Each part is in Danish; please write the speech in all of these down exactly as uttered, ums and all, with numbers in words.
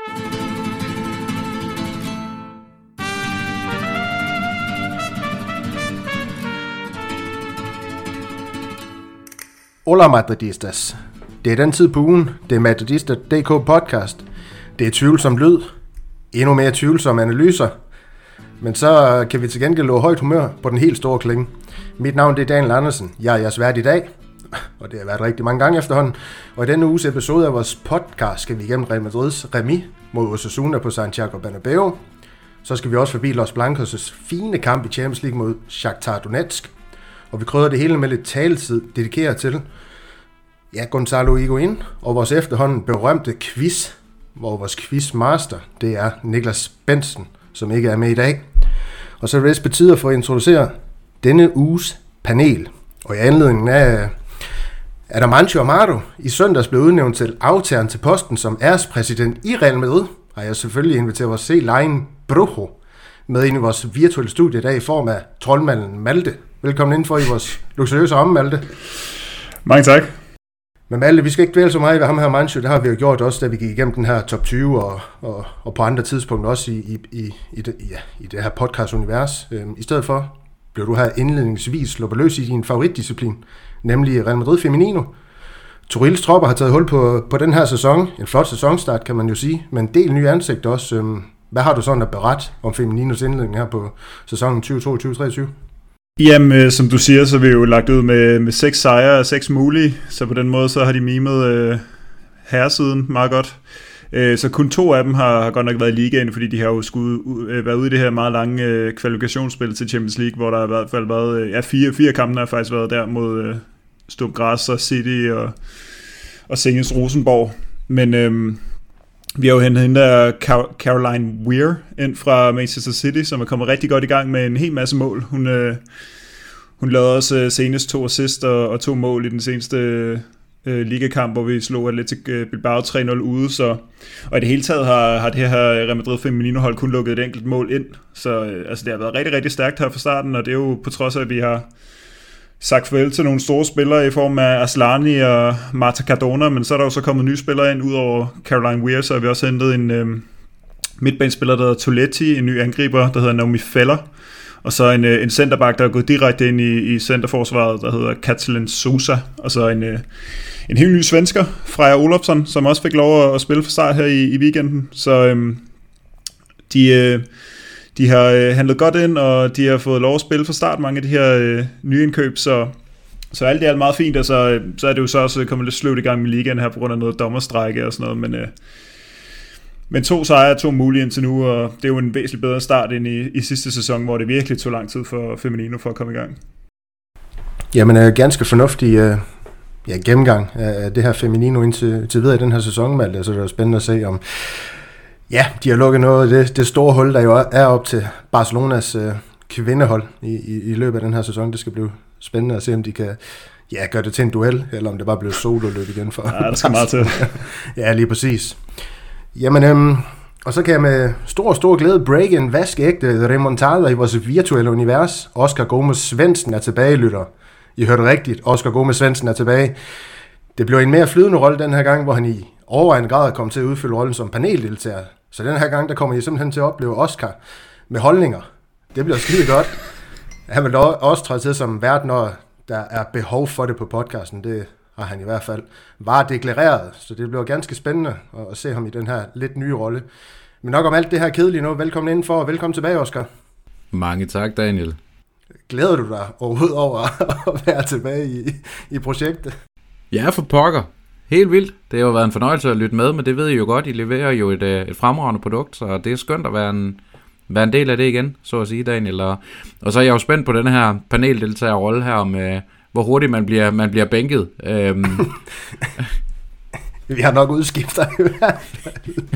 Hola Madridistas. Det er den tid på ugen. Det er Madridista punktum d k podcast. Det er tvivlsom lyd. Endnu mere tvivlsomme analyser. Men så kan vi til gengæld love højt humør på den helt store klinge. Mit navn det er Daniel Andersen. Jeg er jeres vært i dag. Og det har været rigtig mange gange efterhånden. Og i denne uges episode af vores podcast skal vi igennem Real Madrids remis mod Osasuna på Santiago Bernabeu. Så skal vi også forbi Los Blancos' fine kamp i Champions League mod Shakhtar Donetsk. Og vi krydder det hele med lidt taletid dedikeret til ja, Gonzalo Higuaín og vores efterhånden berømte quiz, hvor vores quizmaster, det er Niklas Bentzen, som ikke er med i dag. Og så er det på tide at få introducere denne uges panel. Og i anledningen af Adamancio Amado i søndags blev udnævnt til aftageren til posten som ærespræsident i Real Madrid, har jeg selvfølgelig inviteret vores C-line Brujo med ind i vores virtuelle studie i dag i form af troldmanden Malte. Velkommen indenfor i vores luksuriøse ramme, Malte. Mange tak. Men Malte, vi skal ikke dvæle så meget ved ham her, Mancho. Det har vi jo gjort også, da vi gik igennem den her top tyve og, og, og på andre tidspunkter også i, i, i, i, det, ja, i det her podcast-univers. Øhm, I stedet for blev du her indledningsvis sluppet løs i din favoritdisciplin, nemlig Real Madrid Femenino. Torils tropper har taget hul på, på den her sæson. En flot sæsonstart, kan man jo sige, men en del nye ansigter også. Øhm, hvad har du sådan at berette om Femeninos indledning her på sæsonen tyve toogtyve treogtyve? Jamen, som du siger, så er vi jo lagt ud med, med seks sejre og seks mulige, så på den måde så har de mimet øh, herresiden meget godt. Øh, så kun to af dem har, har godt nok været i ligaen, fordi de har jo skulle øh, været ude i det her meget lange øh, kvalifikationsspil til Champions League, hvor der har i hvert fald været, øh, ja, fire, fire kampe har faktisk været der mod øh, Sturm Graz og City og, og Zenit Rosenborg. Men øh, vi har jo hentet hende der Caroline Weir ind fra Manchester City, som er kommet rigtig godt i gang med en hel masse mål. Hun, øh, hun lavede også øh, senest to assist og, og to mål i den seneste øh, ligakamp, hvor vi slog Athletic Bilbao tre nul ude. Så, og i det hele taget har, har det her Real Madrid Femenino hold kun lukket et enkelt mål ind. Så øh, altså, det har været rigtig, rigtig stærkt her fra starten, og det er jo på trods af, at vi har sagt farvel til nogle store spillere i form af Aslani og Marta Cardona, men så er der jo så kommet nye spillere ind, udover Caroline Weir, så har vi også hentet en øh, midtbanespiller, der hedder Toletti, en ny angriber, der hedder Naomi Feller, og så en, øh, en centerback, der er gået direkte ind i, i centerforsvaret, der hedder Katalin Sosa, og så en, øh, en helt ny svensker, Freja Olofsson, som også fik lov at spille for start her i, i weekenden, så øh, de... Øh, De har øh, handlet godt ind, og de har fået lov at spille fra start mange af de her øh, nye indkøb, så, så alt det er meget fint, og så, så er det jo så også kommet lidt sløvt i gang med ligaen her på grund af noget dommerstrække og sådan noget, men, øh, men to sejre er to mulige indtil nu, og det er jo en væsentlig bedre start end i, i sidste sæson, hvor det virkelig tog lang tid for Femenino for at komme i gang. Jamen, øh, ganske fornuftig øh, ja, gennemgang af det her Femenino indtil til videre i den her sæson, Malte, så det er spændende at se om ja, de har lukket noget af det, det store hul, der jo er op til Barcelonas øh, kvindehold i, i, i løbet af den her sæson. Det skal blive spændende at se, om de kan ja, gøre det til en duel, eller om det bare bliver solo-løb igen for. Ja, det skal meget til. Ja, lige præcis. Jamen, øhm, og så kan jeg med stor, stor glæde break en vaskeægte remontada i vores virtuelle univers. Oscar Gomes Svendsen er tilbage, lytter. I hørte rigtigt, Oscar Gomes Svendsen er tilbage. Det blev en mere flydende rolle den her gang, hvor han i overvejende grad kom til at udfylde rollen som paneldeltager. Så den her gang, der kommer I simpelthen til at opleve Oscar med holdninger. Det bliver skide godt. Han vil også træde til som vært, når der er behov for det på podcasten. Det har han i hvert fald var deklareret. Så det bliver ganske spændende at se ham i den her lidt nye rolle. Men nok om alt det her kedelige nu. Velkommen indenfor, og velkommen tilbage, Oscar. Mange tak, Daniel. Glæder du dig overhovedet over at være tilbage i, i projektet? Ja, for pokker. Helt vildt. Det har jo været en fornøjelse at lytte med, men det ved I jo godt. I leverer jo et, et fremragende produkt, så det er skønt at være en, være en del af det igen, så at sige, Daniel. Og, og så er jeg jo spændt på den her paneldeltagerrolle her, om øh, hvor hurtigt man bliver, man bliver bænket. Øhm. Vi har nok udskifter i hvert fald.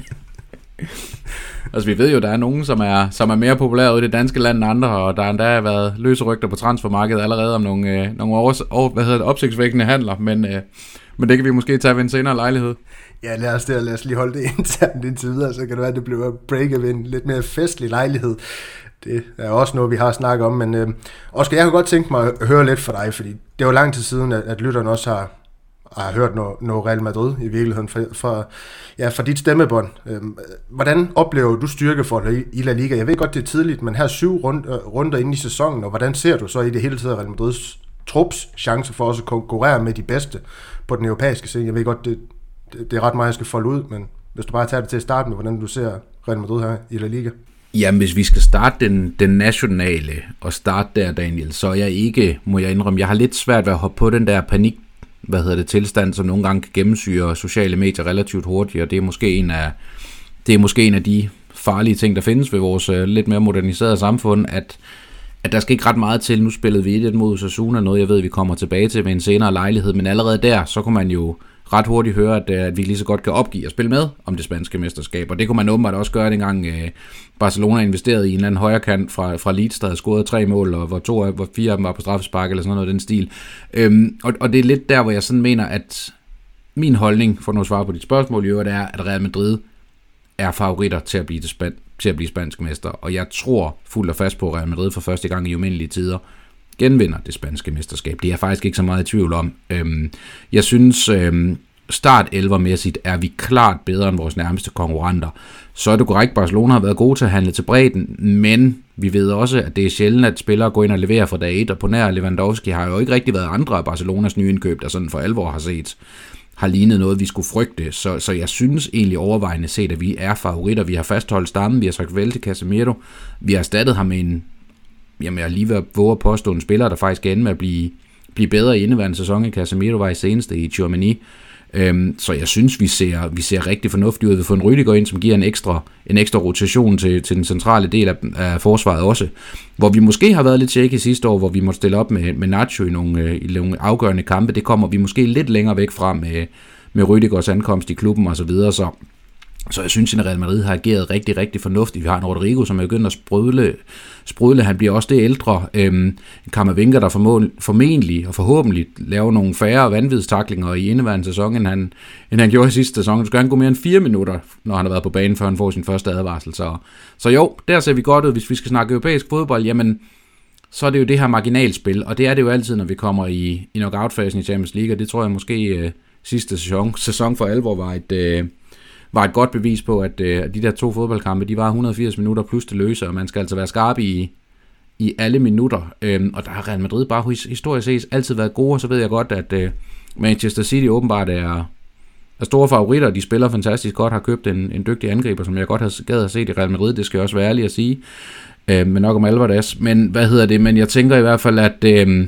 Altså, vi ved jo, der er nogen, som er, som er mere populære ude i det danske land end andre, og der har endda været løse rygter på transfermarkedet allerede om nogle, øh, nogle over, over, hvad hedder det, opsigtsvækkende handler, men, øh, men det kan vi måske tage ved en senere lejlighed. Ja, lad os, det, lad os lige holde det internt indtil videre, så kan det være, at det bliver breaket ved en lidt mere festlig lejlighed. Det er også noget, vi har snakket om, men øh, Oscar, jeg kunne godt tænke mig at høre lidt fra dig, fordi det var lang tid siden, at, at lytterne også har, og har hørt noget, noget Real Madrid i virkeligheden fra, fra, ja, fra dit stemmebånd. Øhm, hvordan oplever du styrkeforholdet i La Liga? Jeg ved godt, det er tidligt, men her syv rund, runder inde i sæsonen, og hvordan ser du så i det hele taget Real Madrids trups chance for også at konkurrere med de bedste på den europæiske scene? Jeg ved godt, det, det, det er ret meget, jeg skal folde ud, men hvis du bare tager det til at starte med, hvordan du ser Real Madrid her i La Liga? Jamen, hvis vi skal starte den, den nationale og starte der, Daniel, så er jeg ikke, må jeg indrømme, jeg har lidt svært ved at hoppe på den der panik, hvad hedder det, tilstand, som nogle gange kan gennemsyre sociale medier relativt hurtigt, og det er måske en af, det er måske en af de farlige ting, der findes ved vores uh, lidt mere moderniserede samfund, at, at der skal ikke ret meget til. Nu spillede vi et mod Osasuna, noget jeg ved, vi kommer tilbage til ved en senere lejlighed, men allerede der, så kunne man jo ret hurtigt høre, at, at vi lige så godt kan opgive at spille med om det spanske mesterskab, og det kunne man åbenbart også gøre, dengang uh, Barcelona investerede i en eller anden højrekant fra, fra Leeds, der havde scoret tre mål, og hvor, to af, hvor fire af dem var på straffespark, eller sådan noget den stil. Øhm, og, og det er lidt der, hvor jeg sådan mener, at min holdning, for nu at svare på dit spørgsmål, jo, det er, at Real Madrid er favoritter til at blive, span- til at blive spansk mester, og jeg tror fuldt og fast på, at Real Madrid for første gang i umindelige tider genvinder det spanske mesterskab. Det er jeg faktisk ikke så meget i tvivl om. Øhm, jeg synes, øhm, start elleve-mæssigt er vi klart bedre end vores nærmeste konkurrenter. Så er det korrekt, Barcelona har været gode til at handle til bredden, men vi ved også, at det er sjældent, at spillere går ind og leverer fra dag et, og på nær Lewandowski har jo ikke rigtig været andre af Barcelonas nye indkøb, der sådan for alvor har set, har lignet noget, vi skulle frygte. Så, så jeg synes egentlig overvejende set, at vi er favoritter. Vi har fastholdt stammen, vi har sagt vel til Casemiro, vi har erstattet ham med en, jamen jeg er lige ved at våge at påstå en spiller, der faktisk er ende med at blive, blive bedre i indeværende sæson, end Casemiro var i seneste i Tchouaméni. Øhm, så jeg synes, vi ser, vi ser rigtig fornuftigt ud. Vi får en Rüdiger ind, som giver en ekstra, en ekstra rotation til, til den centrale del af, af forsvaret også. Hvor vi måske har været lidt shaky sidste år, hvor vi måtte stille op med, med Nacho i nogle, i nogle afgørende kampe. Det kommer vi måske lidt længere væk fra med, med Rüdigers ankomst i klubben og så videre. Så, så jeg synes, at Real Madrid har ageret rigtig, rigtig fornuftigt. Vi har en Rodrigo, som er begyndt at sprudle. sprudle. Han bliver også det ældre. Øhm, Camavinga, der formål, formentlig og forhåbentlig laver nogle færre vanvidstaklinger i indeværende sæson, end han, end han gjorde i sidste sæson. Så skal han gå mere end fire minutter, når han har været på banen, før han får sin første advarsel. Så, så jo, der ser vi godt ud. Hvis vi skal snakke europæisk fodbold, jamen, så er det jo det her marginalspil, og det er det jo altid, når vi kommer i, i knockout-fasen i Champions League, og det tror jeg måske øh, sidste sæson, sæson for alvor var et... Øh, var et godt bevis på, at, øh, at de der to fodboldkampe, de var et hundrede og firs minutter plus det løse, og man skal altså være skarp i, i alle minutter. Øhm, og der har Real Madrid bare historisk set altid været gode, og så ved jeg godt, at øh, Manchester City åbenbart er, er store favoritter, de spiller fantastisk godt, har købt en, en dygtig angriber, som jeg godt har gad at se i Real Madrid, det skal jeg også være ærlig at sige, øh, men nok om Alvarez. Men hvad hedder det? Men jeg tænker i hvert fald, at, øh,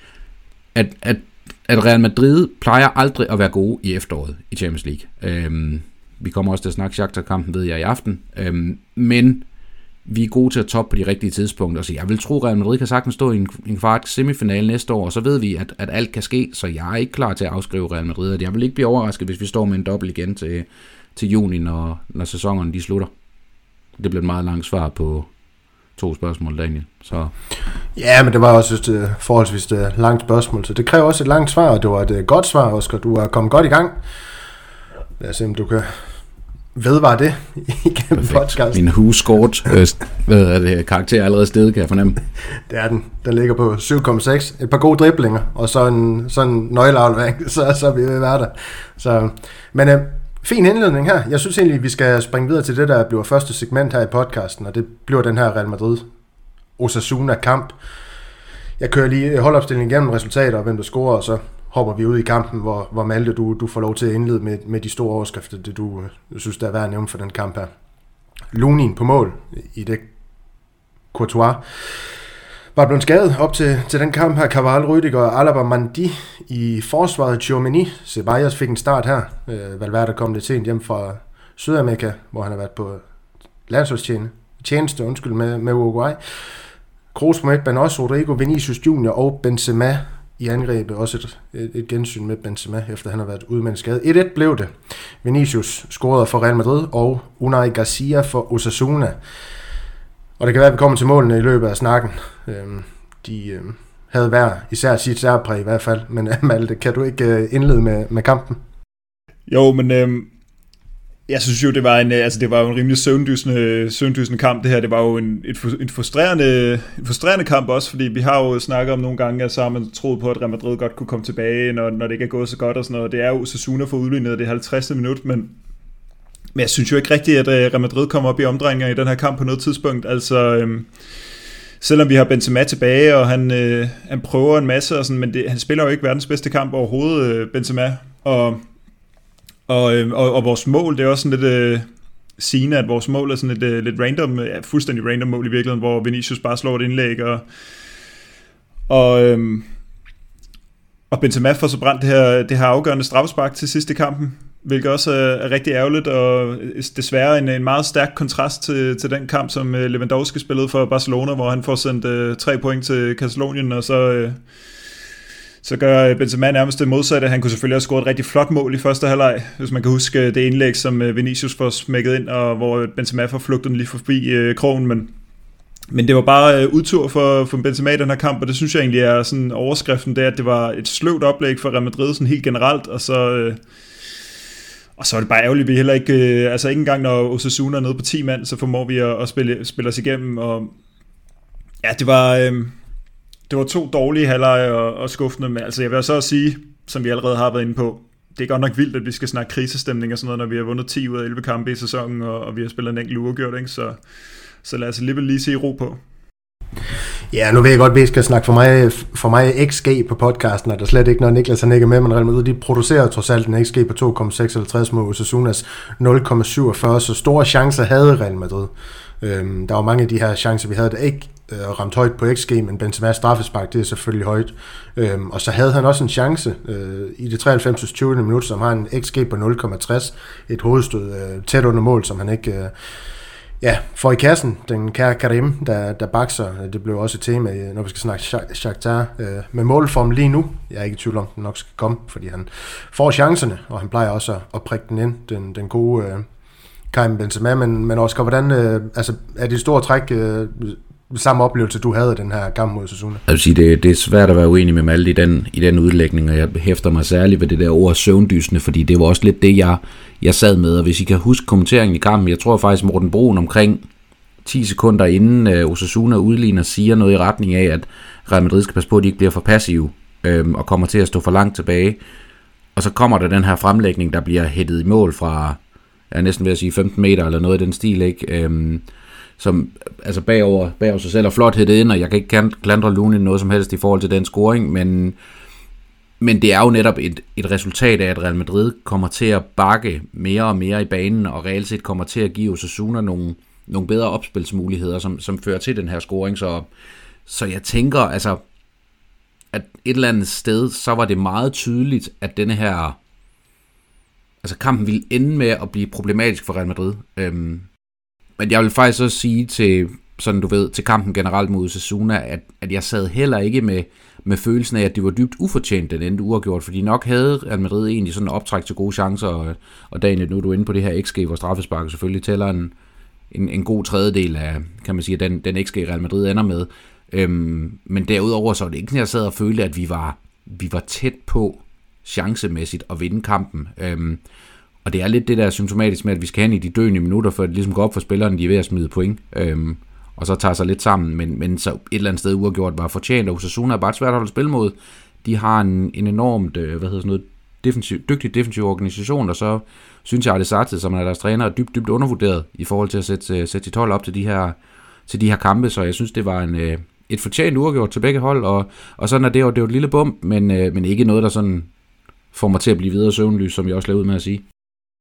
at, at, at Real Madrid plejer aldrig at være gode i efteråret i Champions League. Øh, Vi kommer også til at snakke Shakhtar-kampen, ved jeg, i aften. Øhm, men vi er gode til at toppe på de rigtige tidspunkter. Så jeg vil tro, at Real Madrid kan sagtens stå i en, en kvart semifinale næste år, og så ved vi, at, at alt kan ske. Så jeg er ikke klar til at afskrive Real Madrid. Jeg vil ikke blive overrasket, hvis vi står med en dobbelt igen til, til juni, når, når sæsonerne de slutter. Det bliver et meget langt svar på to spørgsmål, Daniel. Så. Ja, men det var også et uh, forholdsvis uh, langt spørgsmål, så det kræver også et langt svar, og det var et uh, godt svar, Oscar. Du er kommet godt i gang. Lad os se, om du kan vedvare det igennem podcasten. Min WhoScored øh, hvad er det, karakter er allerede stedet, kan jeg fornemme. Det er den. Den ligger på syv komma seks. Et par gode driblinger, og så en sådan nøgleaflevering, så, så er vi ved være der. Så, men øh, fin indledning her. Jeg synes egentlig, vi skal springe videre til det, der bliver første segment her i podcasten, og det bliver den her Real Madrid Osasuna-kamp. Jeg kører lige holdopstillingen igennem resultater, og hvem der scorer, og så hopper vi ud i kampen, hvor, hvor Malte, du, du får lov til at indlede med, med de store overskrifter, det du, du synes, der er værd at nævne for den kamp her. Lunin på mål i det Courtois var blevet skadet op til, til den kamp her. Carvajal, Rüdiger og Alaba, Mandi i forsvaret. Tchouaméni, Ceballos fik en start her. Øh, Valverde kom lidt sent hjem fra Sydamerika, hvor han har været på landsholdstjeneste, tjeneste, undskyld, med, med Uruguay. Kroos på midtbanen også, Rodrigo, Vinicius Junior og Benzema i angrebet, også et, et, et gensyn med Benzema, efter han har været ude med en skade. et et blev det. Vinicius scorede for Real Madrid, og Unai Garcia for Osasuna. Og det kan være, at vi kommer til målene i løbet af snakken. Øhm, de øhm, havde hver især sit særpræg i hvert fald, men Malte, kan du ikke øh, indlede med, med kampen? Jo, men øhm, Jeg synes jo, det var en, altså det var jo en rimelig søvndysende, søvndysende kamp, det her. Det var jo en, et, en, frustrerende, en frustrerende kamp også, fordi vi har jo snakket om nogle gange, at så har man troet på, at Real Madrid godt kunne komme tilbage, når, når det ikke er gået så godt og sådan noget. Det er jo Osasuna for udlignet, det er halvtreds minut, men, men jeg synes jo ikke rigtigt, at Real Madrid kommer op i omdrejninger i den her kamp på noget tidspunkt. Altså, øhm, selvom vi har Benzema tilbage, og han, øh, han prøver en masse, og sådan, men det, han spiller jo ikke verdens bedste kamp overhovedet, øh, Benzema, og Og, og, og vores mål, det er også sådan lidt øh, sigende, at vores mål er sådan lidt, øh, lidt random, ja, fuldstændig random mål i virkeligheden, hvor Vinicius bare slår et indlæg, og, og, øhm, og Benzema får så brændt det her, det her afgørende straffespark til sidste kampen, hvilket også er, er rigtig ærgerligt, og desværre en, en meget stærk kontrast til, til den kamp, som Lewandowski spillede for Barcelona, hvor han får sendt øh, tre point til Katalonien, og så... Øh, Så gør Benzema nærmest det modsatte. Han kunne selvfølgelig have scoret et rigtig flot mål i første halvleg, hvis man kan huske det indlæg, som Vinicius får smækket ind, og hvor Benzema får flugtet lige forbi øh, krogen. Men, men det var bare øh, udtur for, for Benzema i den her kamp, og det synes jeg egentlig er sådan overskriften, det er, at det var et sløvt oplæg for Real Madrid sådan helt generelt, og så... Øh, og så er det bare ærgerligt, vi heller ikke... Øh, altså ikke engang når Osasuna er nede på ti mand, så formår vi at, at spille, spille os igennem, og ja, det var... Øh, Det var to dårlige halvleje og, og skuffende, men altså jeg vil så også sige, som vi allerede har været inde på, det er godt nok vildt, at vi skal snakke krisestemning og sådan noget, når vi har vundet ti ud af elleve kampe i sæsonen, og, og vi har spillet en enkelt uafgjort, ikke? Så, så lad os alligevel lige se ro på. Ja, nu ved jeg godt, at vi skal snakke for mig, for mig X G på podcasten, og der slet ikke, når Niklas han ikke er med, men Real Madrid, de producerer trods alt en X G på to komma seksoghalvtreds mod Osasunas nul komma syvogfyrre, så store chancer havde Real Madrid. Øhm, der var mange af de her chancer, vi havde, der ikke øh, ramt højt på X G, men Benzema straffespark, det er selvfølgelig højt. Øhm, og så havde han også en chance øh, i det treoghalvfems til tyve minut, som har en X G på nul komma tres, et hovedstød øh, tæt under mål, som han ikke... Øh, Ja, for i kassen, den kære Karim, der, der bakser, det blev også et tema, når vi skal snakke Shakhtar, øh, med målform lige nu. Jeg er ikke i tvivl om, den nok skal komme, fordi han får chancerne, og han plejer også at prikke den ind, den, den gode øh, Karim Benzema, men, men også, hvordan øh, altså, er det store træk øh, samme oplevelse, du havde den her kamp mod Osasuna? Jeg vil sige, det, det er svært at være uenig med Malte i den, i den udlægning, og jeg hæfter mig særligt ved det der ord søvndysende, fordi det var også lidt det, jeg, jeg sad med, og hvis I kan huske kommenteringen i kampen, jeg tror faktisk Morten Brun omkring ti sekunder inden uh, Osasuna udligner siger noget i retning af, at Real Madrid skal passe på, at de ikke bliver for passive, øhm, og kommer til at stå for langt tilbage, og så kommer der den her fremlægning, der bliver hættet i mål fra, jeg er næsten ved at sige femten meter, eller noget i den stil, ikke? Øhm, som altså bagover, bagover sig selv er flot hættet ind, og jeg kan ikke klandre Lunin noget som helst i forhold til den scoring, men, men det er jo netop et, et resultat af, at Real Madrid kommer til at bakke mere og mere i banen, og reelt set kommer til at give Osasuna nogle, nogle bedre opspilsmuligheder, som, som fører til den her scoring, så, så jeg tænker, altså, at et eller andet sted, så var det meget tydeligt, at denne her, altså kampen ville ende med at blive problematisk for Real Madrid. Øhm, Men jeg vil faktisk også sige til, sådan du ved, til kampen generelt mod Osasuna, at, at jeg sad heller ikke med, med følelsen af, at det var dybt ufortjent, den endte uafgjort, fordi nok havde Real Madrid egentlig sådan en optræk til gode chancer, og, og Daniel, nu er du inde på det her X G, hvor straffesparket selvfølgelig tæller en, en, en god tredjedel af, kan man sige, den, den X G Real Madrid ender med. Øhm, men derudover så var det ikke sådan, jeg sad og følte, at vi var, vi var tæt på chancemæssigt at vinde kampen. Øhm, Og det er lidt det der symptomatisk med, at vi skal hen i de døende minutter, for at det ligesom går op for spillerne, de er ved at smide point, øhm, og så tager sig lidt sammen, men, men så et eller andet sted uafgjort var fortjent, og Osasuna er bare svært at holde spil mod. De har en, en enormt, øh, hvad hedder sådan noget, defensiv, dygtig defensiv organisation, og så synes jeg, at Alisate, som er deres træner, er dybt, dybt undervurderet i forhold til at sætte, sætte sit hold op til de her, til de her kampe, så jeg synes, det var en, øh, et fortjent uafgjort til begge hold, og, og sådan er det jo, det er jo et lille bump, men, øh, men ikke noget, der sådan får mig til at blive videre søvnlys, som jeg også lavede ud med at sige.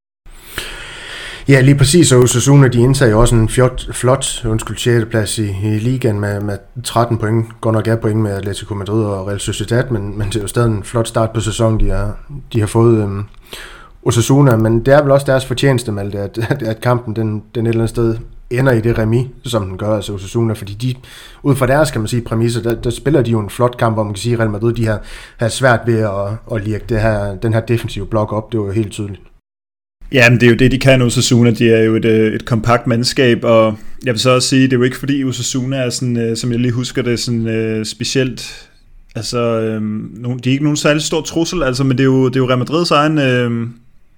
Ja, lige præcis, og Osasuna, de indtager jo også en flot, flot undskyld, sjette plads i, i ligaen med, med tretten point. Går nok af point med Atletico Madrid og Real Sociedad, men, men det er jo stadig en flot start på sæsonen, de har, de har fået øhm, Osasuna. Men det er vel også deres fortjeneste, Malte, at, at, at kampen den, den et eller andet sted ender i det remis, som den gør, altså Osasuna, fordi de, ud fra deres, kan man sige, præmisser, der, der spiller de jo en flot kamp, hvor man kan sige, at Real Madrid, de har, har svært ved at, at lirke det her, den her defensive blok op, det var jo helt tydeligt. Ja, men det er jo det, de kan, Osasuna. De er jo et, et kompakt mandskab, og jeg vil så også sige, det er jo ikke fordi Osasuna er sådan, som jeg lige husker det, sådan uh, specielt, altså, um, de er ikke nogen særlig stor trussel, altså, men det er jo, det er jo Real Madrids egen, uh,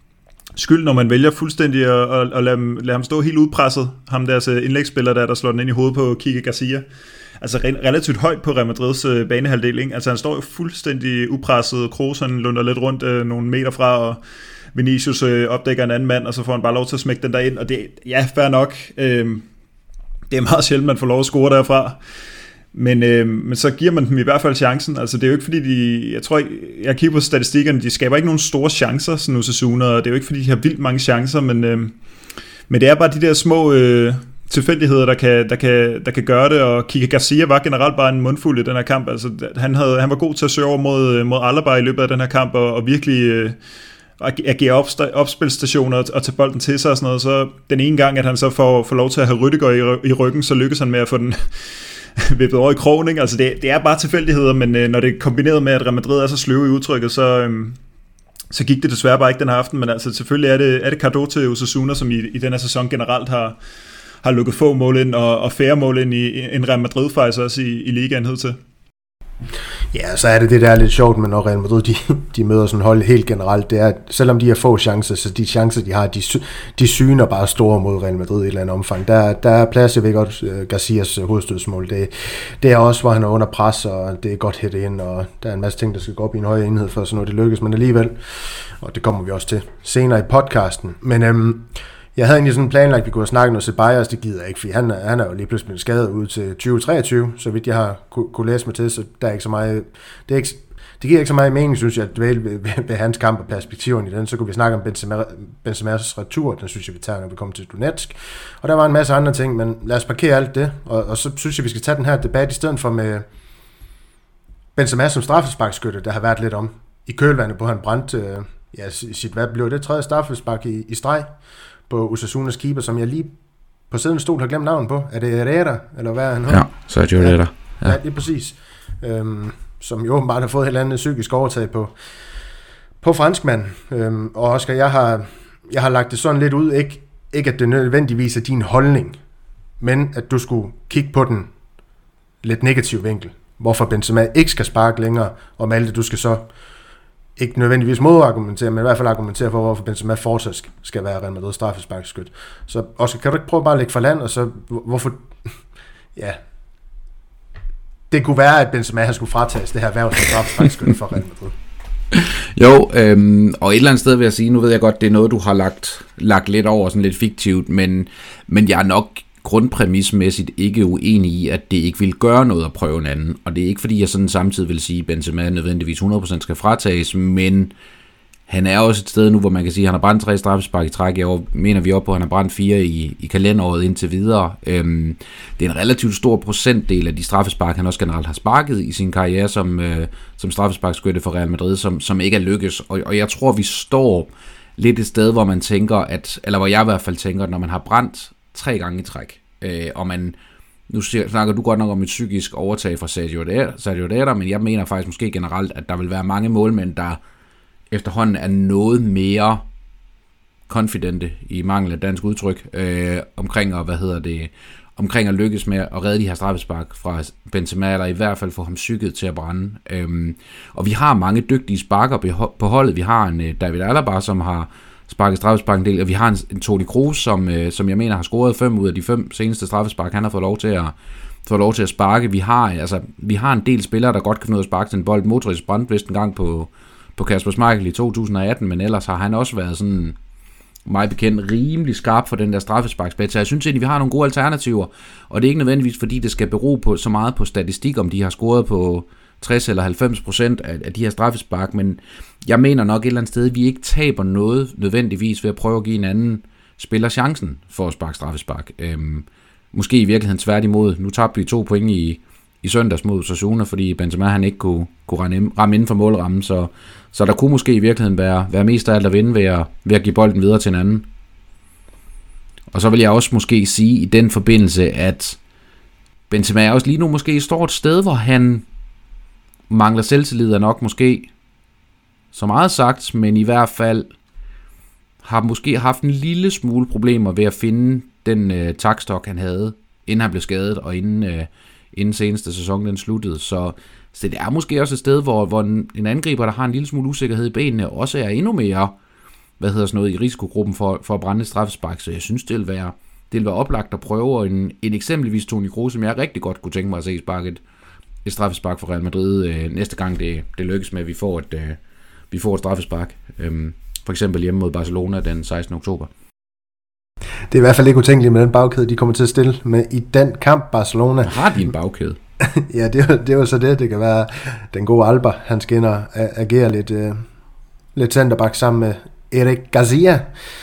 skyld, når man vælger fuldstændig at, at, at lade, lade ham stå helt udpresset, ham deres indlægsspiller der, der slår den ind i hovedet på Kike Garcia. Altså relativt højt på Real Madrids øh, banehalvdel, ikke? Altså han står jo fuldstændig upresset, Kroos han lunder lidt rundt øh, nogle meter fra, og Vinicius øh, opdækker en anden mand, og så får han bare lov til at smække den der ind, og det, ja, fair nok. Øh, det er meget sjældent, man får lov at score derfra. Men, øh, men så giver man dem i hvert fald chancen. Altså det er jo ikke fordi de, jeg tror jeg kigger på statistikkerne, de skaber ikke nogen store chancer sådan Osasuna, og det er jo ikke fordi de har vildt mange chancer, men, øh, men det er bare de der små øh, tilfældigheder, der kan, der, kan, der kan gøre det, og Kike Garcia var generelt bare en mundfuld i den her kamp. Altså han, havde, han var god til at søge over mod, mod Alaba i løbet af den her kamp, og, og virkelig øh, agere op, opspilstationer og, og tage bolden til sig og sådan noget. Så den ene gang, at han så får, får lov til at have Rüdiger i, i ryggen, så lykkes han med at få den vippet over i krogen, ikke? Altså det, det er bare tilfældigheder, men øh, når det er kombineret med, at Real Madrid er så sløve i udtrykket, så, øh, så gik det desværre bare ikke den her aften, men altså selvfølgelig er det, er det cadeau til Osasuna, som i, i den her sæson generelt har, har lukket få mål ind, og, og færre mål ind i en Real Madrid faktisk også i, i ligaen hed til. Ja, så er det det, der er lidt sjovt, men når Real Madrid de, de møder sådan hold helt generelt, det er, at selvom de har få chancer, så de chancer, de har, de, de syner bare store mod Real Madrid i et eller andet omfang. Der, der er plads, jeg ved godt, uh, Garcias hovedstødsmål. Det, det er også, hvor han er under pres, og det er godt hættet ind, og der er en masse ting, der skal gå op i en højere enhed, for sådan noget det lykkes, men alligevel, og det kommer vi også til senere i podcasten. Men øhm, jeg havde egentlig sådan planlagt, at vi kunne have snakket noget Ceballos, det gider jeg ikke, fordi han, han er jo lige pludselig blevet skadet ud til tyve treogtyve, så vidt jeg har kunne, kunne læse mig til, så der er ikke så meget, det, er ikke, det giver ikke så meget mening, synes jeg, at dvæle ved, ved, ved hans kamp og perspektiverne i den. Så kunne vi snakke om Benzema, Benzema's retur, den synes jeg, vi tager, når vi kommer til Donetsk, og der var en masse andre ting, men lad os parkere alt det, og, og så synes jeg, vi skal tage den her debat i stedet for med Benzema som straffesparkskytte, der har været lidt om i kølvandet på, han brændte øh, ja, sit, hvad blev det, tredje straffespark i, i streg på Osasunas keeper, som jeg lige på siden stol har glemt navnet på. Er det Herrera, eller hvad er han? Ja, Sergio Herrera. Ja, ja, det er præcis. Øhm, som jo åbenbart har fået et eller andet psykisk overtag på, på franskmanden. Øhm, og Oscar, jeg har, jeg har lagt det sådan lidt ud, ikke, ikke at det nødvendigvis er din holdning, men at du skulle kigge på den lidt negativ vinkel. Hvorfor Benzema ikke skal sparke længere, og Malte, du skal så ikke nødvendigvis modargumentere, men i hvert fald argumentere for, hvorfor Benzema fortsat skal være Real Madrid straffesparkskyt. Så Oscar, kan du ikke prøve bare at lægge for land, og så hvorfor... Ja... Det kunne være, at Benzema han skulle fratages det her værv som straffesparkskyt for Real Madrid. Jo, øhm, og et eller andet sted vil jeg sige, nu ved jeg godt, det er noget, du har lagt, lagt lidt over, sådan lidt fiktivt, men, men jeg er nok grundpræmismæssigt ikke uenig i, at det ikke vil gøre noget at prøve en anden. Og det er ikke fordi, jeg sådan samtidig vil sige, at Benzema nødvendigvis hundrede procent skal fratages, men han er også et sted nu, hvor man kan sige, at han har brændt tre straffespark i træk. Jeg mener vi op på, at han har brændt fire i, i kalenderåret indtil videre. Øhm, det er en relativt stor procentdel af de straffespark, han også generelt har sparket i sin karriere som, øh, som straffesparkskytte for Real Madrid, som, som ikke er lykkes. Og, og jeg tror, vi står lidt et sted, hvor man tænker, at, eller hvor jeg i hvert fald tænker, at når man har brændt tre gange i træk, øh, og man, nu snakker du godt nok om et psykisk overtag fra Sergio Herrera, men jeg mener faktisk måske generelt, at der vil være mange målmænd, der efterhånden er noget mere confidente i mangel af dansk udtryk øh, omkring at, hvad hedder det, omkring at lykkes med at redde de her straffespark fra Benzema, eller i hvert fald få ham psyket til at brænde. Øhm, og vi har mange dygtige sparker på holdet. Vi har en David Alaba, som har sparket straffespark en del, og vi har en, en Toni Kroos, som, øh, som jeg mener har scoret fem ud af de fem seneste straffespark. Han har fået lov til at fået lov til at sparke. Vi har, altså, vi har en del spillere, der godt kan finde ud af at sparke til en bold. Modric brændte vist en gang på på Kasper Schmeichel i to tusind atten, men ellers har han også været sådan meget bekendt rimelig skarp for den der straffesparksbæt. Så jeg synes egentlig, vi har nogle gode alternativer, og det er ikke nødvendigvis, fordi det skal bero på så meget på statistik, om de har scoret på tres eller halvfems procent af, af de her straffespark, men jeg mener nok et eller andet sted, at vi ikke taber noget nødvendigvis ved at prøve at give en anden spiller chancen for at sparke straffespark. Øhm, måske i virkeligheden tværtimod. Nu tabte vi to point i i søndags mod Osasuna, fordi Benzema han ikke kunne, kunne ramme inden for målrammen, så, så der kunne måske i virkeligheden være, være mest af alt at vinde ved at, ved at give bolden videre til en anden. Og så vil jeg også måske sige i den forbindelse, at Benzema også lige nu måske står et sted, hvor han mangler selvtillid, er nok måske så meget sagt, men i hvert fald har måske haft en lille smule problemer ved at finde den øh, takstok, han havde, inden han blev skadet, og inden øh, inden seneste sæson den sluttede, så, så det er måske også et sted, hvor, hvor en, en angriber, der har en lille smule usikkerhed i benene, også er endnu mere hvad hedder sådan noget, i risikogruppen for, for at brænde et straffespark, så jeg synes, det vil være, det vil være oplagt at prøve en, en eksempelvis Toni Kroos, som jeg rigtig godt kunne tænke mig at se sparket et straffespark for Real Madrid øh, næste gang det, det lykkes med, at vi får et, øh, vi får et straffespark. Øh, for eksempel hjemme mod Barcelona den sekstende oktober. Det er i hvert fald ikke utænkeligt med den bagkæde, de kommer til at stille med i den kamp, Barcelona. Har de en bagkæde? Ja, det er, det er jo så det. Det kan være den gode Alba, han skal ind og agere lidt, øh, lidt centerback sammen med Eric Garcia.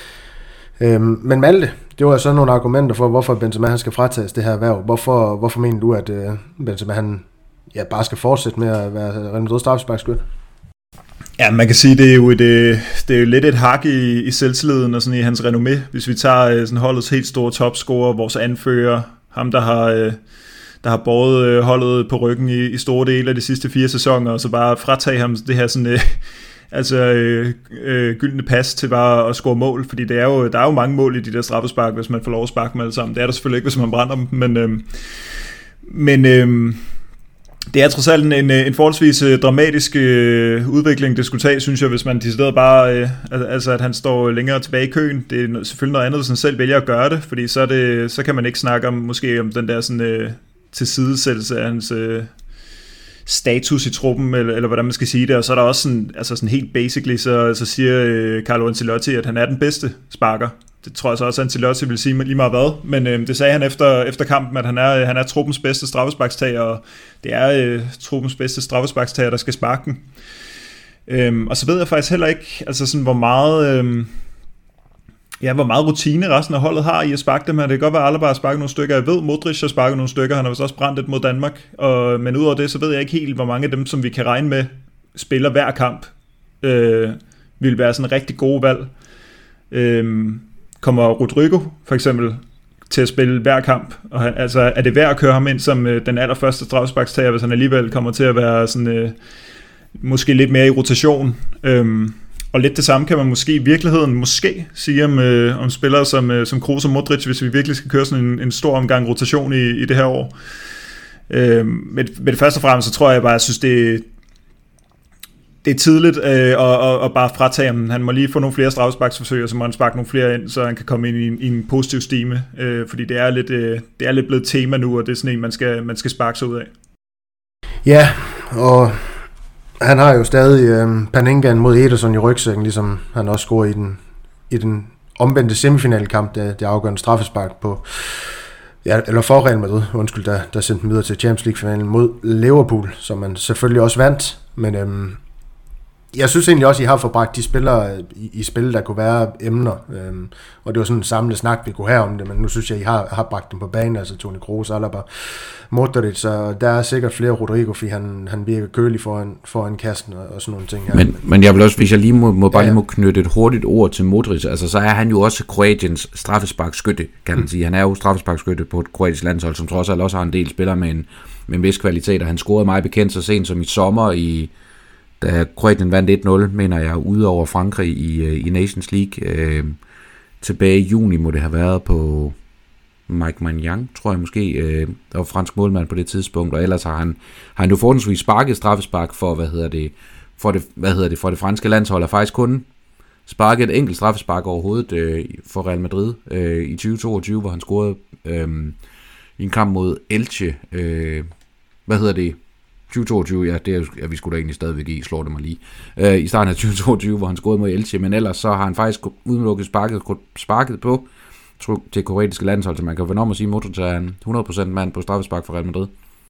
Øhm, men Malte, det var så nogle argumenter for, hvorfor Benzema han skal fratages det her erhverv. Hvorfor, hvorfor mener du, at øh, Benzema han ja, bare skal fortsætte med at være Real Madrid straffesparkskyt? Ja, man kan sige, det er jo et, det er jo lidt et hak i, i selvtilliden og sådan i hans renommé. Hvis vi tager sådan holdets helt store topscorer, vores anfører, ham der har, der har båret holdet på ryggen i, i store dele af de sidste fire sæsoner, og så bare fratage ham det her sådan, altså øh, øh, gyldne pas til bare at score mål, fordi det er jo, der er jo mange mål i de der straffespark, hvis man får lov at sparke dem alle sammen. Det er der selvfølgelig ikke, hvis man brænder dem, men, øh, men øh, det er trods alt en, en forholdsvis dramatisk øh, udvikling, det skulle tage, synes jeg, hvis man decideret bare, øh, altså at han står længere tilbage i køen. Det er selvfølgelig noget andet, hvis han selv vælger at gøre det, fordi så, er det, så kan man ikke snakke om, måske om den der sådan, øh, tilsidesættelse af hans øh, status i truppen, eller, eller hvordan man skal sige det, og så er der også sådan, altså sådan helt basically, så, så siger øh, Carlo Ancelotti, at han er den bedste sparker. Det tror jeg så også, at Ancelotti vil sige lige meget hvad, men øh, det sagde han efter, efter kampen, at han er, han er truppens bedste straffesparkstager, og det er øh, truppens bedste straffesparkstager, der skal sparke den. Øhm, og så ved jeg faktisk heller ikke, altså sådan, hvor meget, øh, ja, hvor meget rutine resten af holdet har i at sparke dem her. Det kan godt være, at Alaba har sparket nogle stykker. Jeg ved, Modric har sparket nogle stykker, han har vist også brændt et mod Danmark, og, men udover det, så ved jeg ikke helt, hvor mange af dem, som vi kan regne med, spiller hver kamp, øh, vil være sådan en rigtig gode valg. Øh, Kommer Rodrigo for eksempel til at spille hver kamp, og han, altså er det værd at køre ham ind som øh, den allerførste straffesparkstager, hvis han alligevel kommer til at være sådan øh, måske lidt mere i rotation, øhm, og lidt det samme kan man måske i virkeligheden måske sige om, øh, om spillere som, øh, som Kroos og Modric, hvis vi virkelig skal køre sådan en, en stor omgang rotation i, i det her år. Øhm, men, men først og fremmest så tror jeg bare, jeg synes det Det er tidligt øh, at, at bare fratage ham. Han må lige få nogle flere straffesparksforsøg, og så må han sparke nogle flere ind, så han kan komme ind i en, i en positiv stime. Øh, fordi det er, lidt, øh, det er lidt blevet tema nu, og det er sådan en, man skal, man skal sparke sig ud af. Ja, og han har jo stadig øh, Paningaen mod Ederson i rygsækken, ligesom han også scorer i den, i den omvendte semifinalkamp, der det afgørende straffespark på, ja, eller for Real Madrid, undskyld, der, der sendte dem videre til Champions League-finalen mod Liverpool, som man selvfølgelig også vandt, men øhm, jeg synes egentlig også, I har forbragt de spillere i, i spil, der kunne være emner, øhm, og det var sådan en samlet snak, vi kunne have om det, men nu synes jeg, I har, har bragt dem på banen, altså Toni Kroos, Alaba, Modric, så der er sikkert flere Rodrigo, fordi han, han virker kølig foran, foran kassen og, og sådan nogle ting her. Men, men jeg vil også, hvis jeg lige må, må bare ja, lige må knytte et hurtigt ord til Modric, altså så er han jo også Kroatiens straffesparkskytte, kan man mm. sige. Han er jo straffesparkskytte på et kroatisk landshold, som trods alt også har en del spillere med en, med en vis kvalitet, og han scorede meget bekendt så sent som i sommer i da Kroatien vandt et nul, mener jeg, ude over Frankrig i, i Nations League. Øh, tilbage i juni må det have været på Mike Maignan, tror jeg måske, øh, der var fransk målmand på det tidspunkt, og ellers har han, har han jo forholdsvis sparket straffespark for, hvad hedder det, for det, hvad hedder det, for det franske landshold, og faktisk kun sparket et enkelt straffespark overhovedet øh, for Real Madrid øh, i tyve toogtyve, hvor han scorede øh, i en kamp mod Elche, øh, hvad hedder det, tyve toogtyve, ja, det er, ja, vi skulle da egentlig stadigvæk i, slår det mig lige, øh, i starten af tyve toogtyve, hvor han scorede mod Elche, men ellers så har han faktisk udelukket sparket, sparket på til kroatiske landshold, så man kan vende om at sige, at Modric er en hundrede procent mand på straffespark for Real Madrid.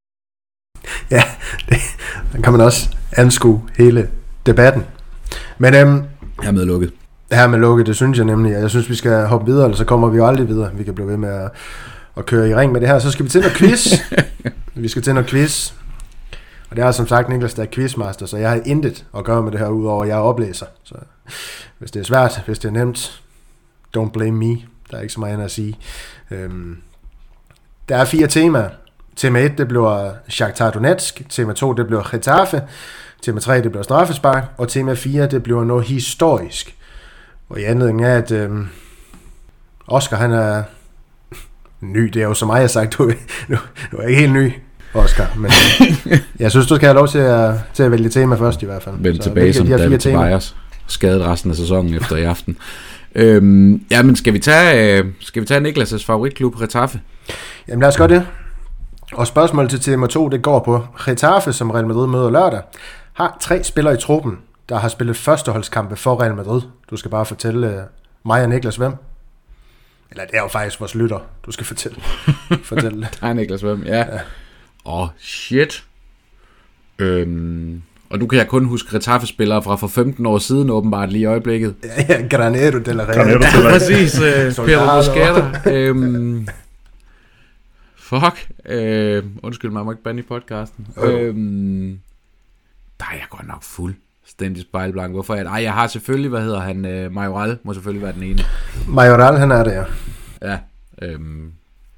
Ja, det, der kan man også anskue hele debatten. Men øhm, her med lukket. Her med lukket, det synes jeg nemlig. Jeg synes, vi skal hoppe videre, eller så kommer vi jo aldrig videre. Vi kan blive ved med at, at køre i ring med det her. Så skal vi til noget quiz. vi skal til noget quiz. Og det er som sagt Niklas, der er quizmaster, så jeg har intet at gøre med det her, udover at jeg er oplæser. Så hvis det er svært, hvis det er nemt, don't blame me. Der er ikke så meget andet at sige. Øhm, der er fire temaer. Tema et, det bliver Shakhtar Donetsk. Tema to, det bliver Getafe. Tema tre, det bliver straffespark. Og tema fire, det bliver noget historisk. Og i anledning af, at øhm, Oscar, han er ny. Det er jo så meget, jeg har sagt. Du, du, du er ikke helt ny, Oscar. Men jeg synes, du skal have lov til at, til at vælge tema først i hvert fald. Vælge tilbage som David Tobias. skadet resten af sæsonen efter i aften. Øhm, ja, men skal vi tage, øh, skal vi tage Niklas' favoritklub, Getafe? Jamen lad os gøre det. Og spørgsmålet til tema to, det går på Getafe, som Real Madrid møder lørdag, har tre spillere i truppen, der har spillet førsteholdskampe for Real Madrid. Du skal bare fortælle uh, mig og Niklas hvem. Eller det er jo faktisk vores lytter, du skal fortælle. fortælle det. Nej, Niklas hvem, ja. Åh, ja. oh, shit. Øhm, og du kan jeg kun huske Getafe-spillere fra for femten år siden, åbenbart lige i øjeblikket. Ja, ja, Granero de la Real. Granero de la Real. Ja, præcis. Uh, Pedro Busquets. øhm, fuck. Øh, undskyld mig, jeg må ikke bande i podcasten. Øh. Øhm, der er jeg godt nok fuldstændig spejlblank. Hvorfor? Jeg, ej, jeg har selvfølgelig, hvad hedder han? Uh, Majoral må selvfølgelig være den ene. Majoral, han er det, ja. Ja. Øhm,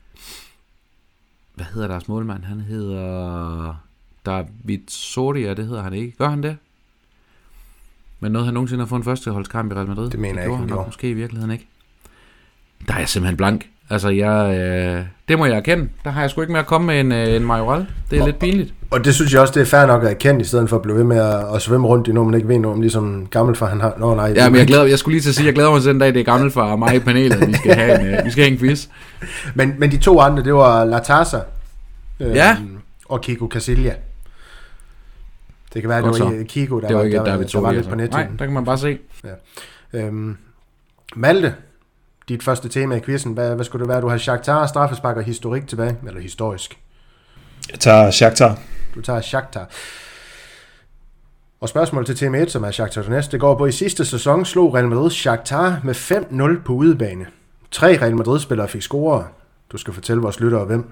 hvad hedder deres målmand? Han hedder David Soria, det hedder han ikke. Gør han det? Men noget han nogensinde har fået en førsteholdskamp i Real Madrid? Det mener det jeg ikke, han gjorde. Måske i virkeligheden ikke. Der er jeg simpelthen blank. Altså, jeg, øh, det må jeg erkende. Der har jeg sgu ikke mere at komme med en, øh, en Majoral. Det er og, lidt pinligt. Og det synes jeg også, det er fair nok at erkende, i stedet for at blive ved med at, at svømme rundt i noget, man ikke ved noget om, ligesom gammelfar han har. Nå, nej. Ja, men jeg, glæder, jeg skulle lige til at sige, jeg glæder mig til den dag, det er gammelfar og mig i panelet, vi skal have en, øh, vi skal have en quiz. Men, men de to andre, det var Latasa øh, ja. og Kiko Casilla. Det kan være, at det var Kiko, der det var, var, ikke, der, der, der, der var lidt på nettet. Nej, der kan man bare se. Ja. Øhm, Malte, dit første tema i quizzen, hvad, hvad skulle det være? Du har Shakhtar, straffespark og historik tilbage, eller historisk? Jeg tager Shakhtar. Du tager Shakhtar. Og spørgsmål til tema et, som er Shakhtar Donetsk, det går på, i sidste sæson slog Real Madrid Shakhtar med fem nul på udebane. Tre Real Madrid-spillere fik scorer. Du skal fortælle vores lyttere hvem.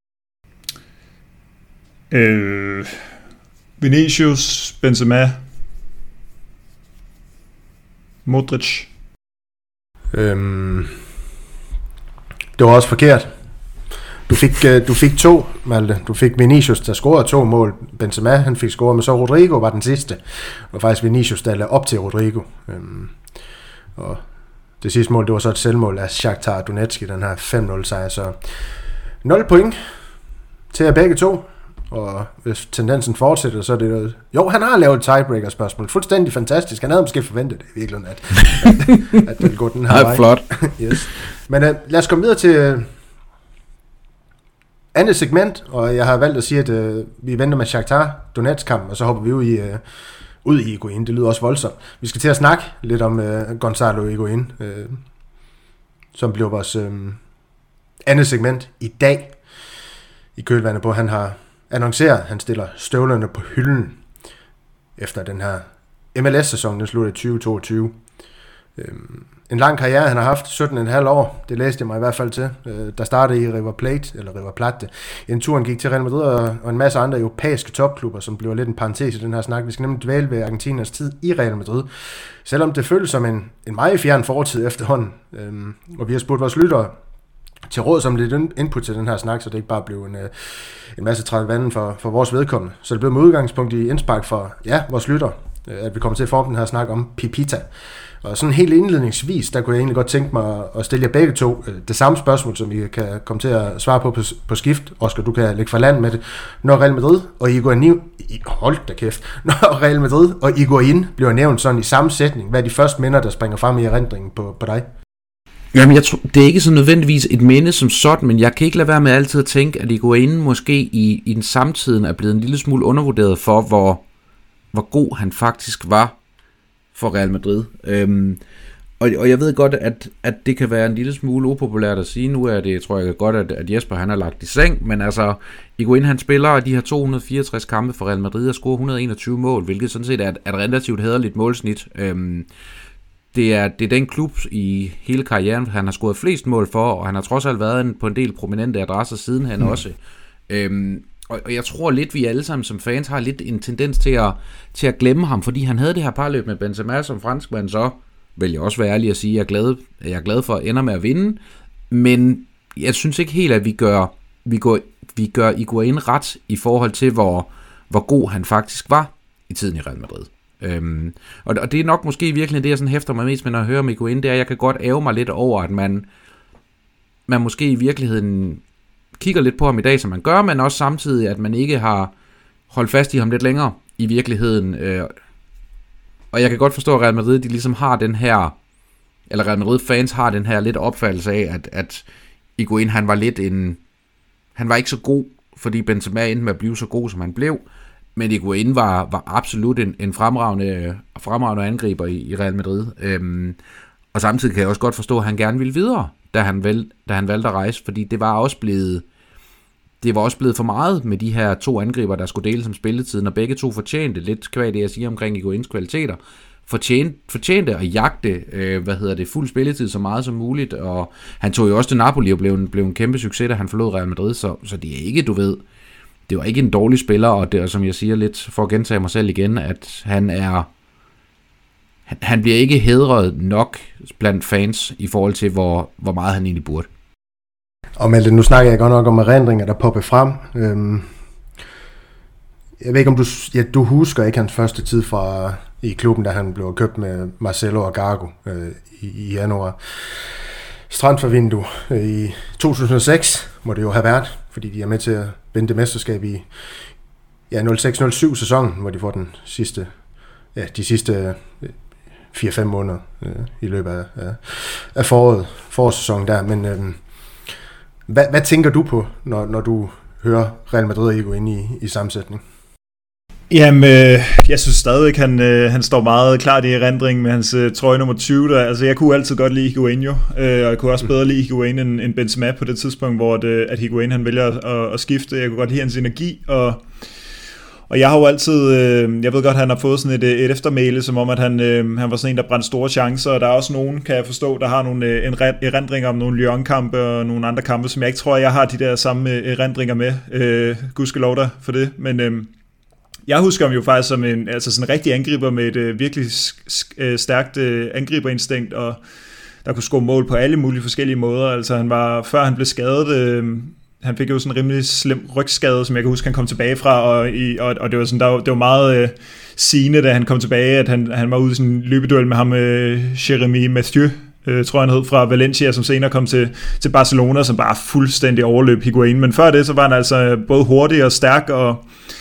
Øh, Vinicius, Benzema, Modric. Øhm, det var også forkert. Du fik, du fik to, Malte. Du fik Vinicius, der scorede to mål. Benzema, han fik scoret, men så Rodrigo var den sidste. Det var faktisk Vinicius, der lavede op til Rodrigo. Øhm, og det sidste mål, det var så et selvmål af Shakhtar Donetsk i den her fem nul sejr. Så nul point til jer begge to. Og hvis tendensen fortsætter, så er det... Jo, han har lavet et tiebreaker-spørgsmål. Fuldstændig fantastisk. Han havde måske forventet det i virkeligheden, at, at, at det ville gå den her vej. Flot. Yes. Men uh, lad os komme videre til uh, andet segment, og jeg har valgt at sige, at uh, vi venter med Shakhtar Donetsk-kampen, og så hopper vi ud i, uh, ud i Higuaín. Det lyder også voldsomt. Vi skal til at snakke lidt om uh, Gonzalo Higuaín, uh, som bliver vores uh, andet segment i dag. I kølvandet på, han har annoncerer, han stiller støvlerne på hylden efter den her M L S-sæson, den slutter i tyve toogtyve. Øhm, en lang karriere, han har haft sytten komma fem år, det læste jeg mig i hvert fald til. Øh, der startede i River Plate, eller River Plate. En tur, han gik til Real Madrid og, og en masse andre europæiske topklubber, som bliver lidt en parentes i den her snak. Vi skal nemlig dvæle ved Argentinas tid i Real Madrid. Selvom det føles som en, en meget fjern fortid efterhånden. Øhm, og vi har spurgt vores lyttere til råd som lidt input til den her snak, så det ikke bare blev en, en masse træt vanden for, for vores vedkommende. Så det blev med udgangspunkt i indspark for ja, vores lytter, at vi kommer til at forme den her snak om Pipita. Og sådan helt indledningsvis, der kunne jeg egentlig godt tænke mig at stille jer begge to det samme spørgsmål, som vi kan komme til at svare på på, på skift. Oscar, du kan lægge fra land med det. Når Real Madrid og Higuaín, hold da kæft, når Real Madrid og Higuaín bliver nævnt sådan i samme sætning, hvad er de første minder, der springer frem i erindringen på, på dig? Jamen, jeg tror, det er ikke så nødvendigvis et minde som sådan, men jeg kan ikke lade være med altid at tænke, at Higuaín måske i, i den samtiden er blevet en lille smule undervurderet for, hvor, hvor god han faktisk var for Real Madrid. Øhm, og, og jeg ved godt, at, at det kan være en lille smule upopulært at sige. Nu er det, tror jeg godt, at, at Jesper han har lagt i seng, men altså, Higuaín han spiller de her to hundrede og fireogtres kampe for Real Madrid og scorer et hundrede og enogtyve mål, hvilket sådan set er et, et relativt hæderligt målsnit. Øhm, Det er, det er den klub i hele karrieren, han har scoret flest mål for, og han har trods alt været en, på en del prominente adresser sidenhen mm. også. Øhm, og, og jeg tror lidt, vi alle sammen som fans har lidt en tendens til at, til at glemme ham, fordi han havde det her parløb med Benzema som franskmand, så vil jeg også være ærlig at sige, at jeg er glad, jeg er glad for at ende med at vinde, men jeg synes ikke helt, at vi gør, vi går, vi gør Higuaín ret i forhold til, hvor, hvor god han faktisk var i tiden i Real Madrid. Øhm, og, og det er nok måske virkelig det, jeg sådan hæfter mig mest med, når jeg hører om Higuaín, det er, at jeg kan godt ærge mig lidt over, at man, man måske i virkeligheden kigger lidt på ham i dag, som man gør, men også samtidig, at man ikke har holdt fast i ham lidt længere i virkeligheden. Øh, og jeg kan godt forstå, at Real Madrid, de ligesom har den her, eller Real Madrid fans har den her lidt opfattelse af, at, at Higuaín, han var lidt en, han var ikke så god, fordi Benzema endte med at blive så god, som han blev, men Higuaín var, var absolut en, en fremragende, fremragende angriber i, i Real Madrid. Øhm, og samtidig kan jeg også godt forstå, at han gerne ville videre, da han, valg, da han valgte at rejse, fordi det var også blevet, det var også blevet for meget med de her to angriber, der skulle dele som spilletiden, og begge to fortjente, lidt kvad det jeg siger omkring Higuaíns kvaliteter, fortjente, fortjente at jagte, øh, hvad hedder det, fuld spilletid så meget som muligt, og han tog jo også til Napoli og blev en, blev en kæmpe succes, da han forlod Real Madrid, så, så det er ikke, du ved, det var ikke en dårlig spiller, og det er, som jeg siger lidt, for at gentage mig selv igen, at han er, han, han bliver ikke hædret nok blandt fans, i forhold til, hvor, hvor meget han egentlig burde. Og Malte, nu snakker jeg godt nok om erindringer, der popper frem. Øhm, jeg ved ikke, om du, ja, du husker ikke hans første tid fra i klubben, da han blev købt med Marcelo og Gago øh, i, i januar. Strandforvindue øh, i to tusind og seks må det jo have været, fordi de er med til at vinde det mesterskab i ja, nul seks nul syv sæsonen, hvor de får den sidste, ja, de sidste fire fem måneder øh, i løbet af, af, af foråret, forårssæsonen der. Men øh, hvad, hvad tænker du på, når, når du hører Real Madrid gå ind i, i sammensætning? Jamen, øh, jeg synes stadigvæk, han, øh, han står meget klart i erindring med hans øh, trøje nummer tyve. Der. Altså, jeg kunne altid godt lide Higuaín jo, øh, og jeg kunne også bedre lide Higuaín end, end Benzema på det tidspunkt, hvor det, at Higuaín han vælger at, at skifte. Jeg kunne godt lide hans energi, og, og jeg har jo altid, øh, jeg ved godt, at han har fået sådan et, et eftermæle, som om, at han, øh, han var sådan en, der brændte store chancer, og der er også nogen, kan jeg forstå, der har nogle øh, en erindringer om nogle Lyon-kampe og nogle andre kampe, som jeg ikke tror, jeg har de der samme erindringer med. Øh, gudskelov der for det, men... Øh, Jeg husker ham jo faktisk som en, altså sådan en rigtig angriber med et øh, virkelig sk- stærkt øh, angriberinstinkt, og der kunne score mål på alle mulige forskellige måder. Altså han var, før han blev skadet, øh, han fik jo sådan en rimelig slem rygskade, som jeg kan huske, han kom tilbage fra, og, i, og, og det var sådan, der var, det var meget øh, sigende, da han kom tilbage, at han, han var ude i sådan en løbeduel med ham, øh, Jérémy Mathieu, øh, tror jeg han hed, fra Valencia, som senere kom til, til Barcelona, som bare fuldstændig overløb Higuaín. Men før det, så var han altså både hurtig og stærk, og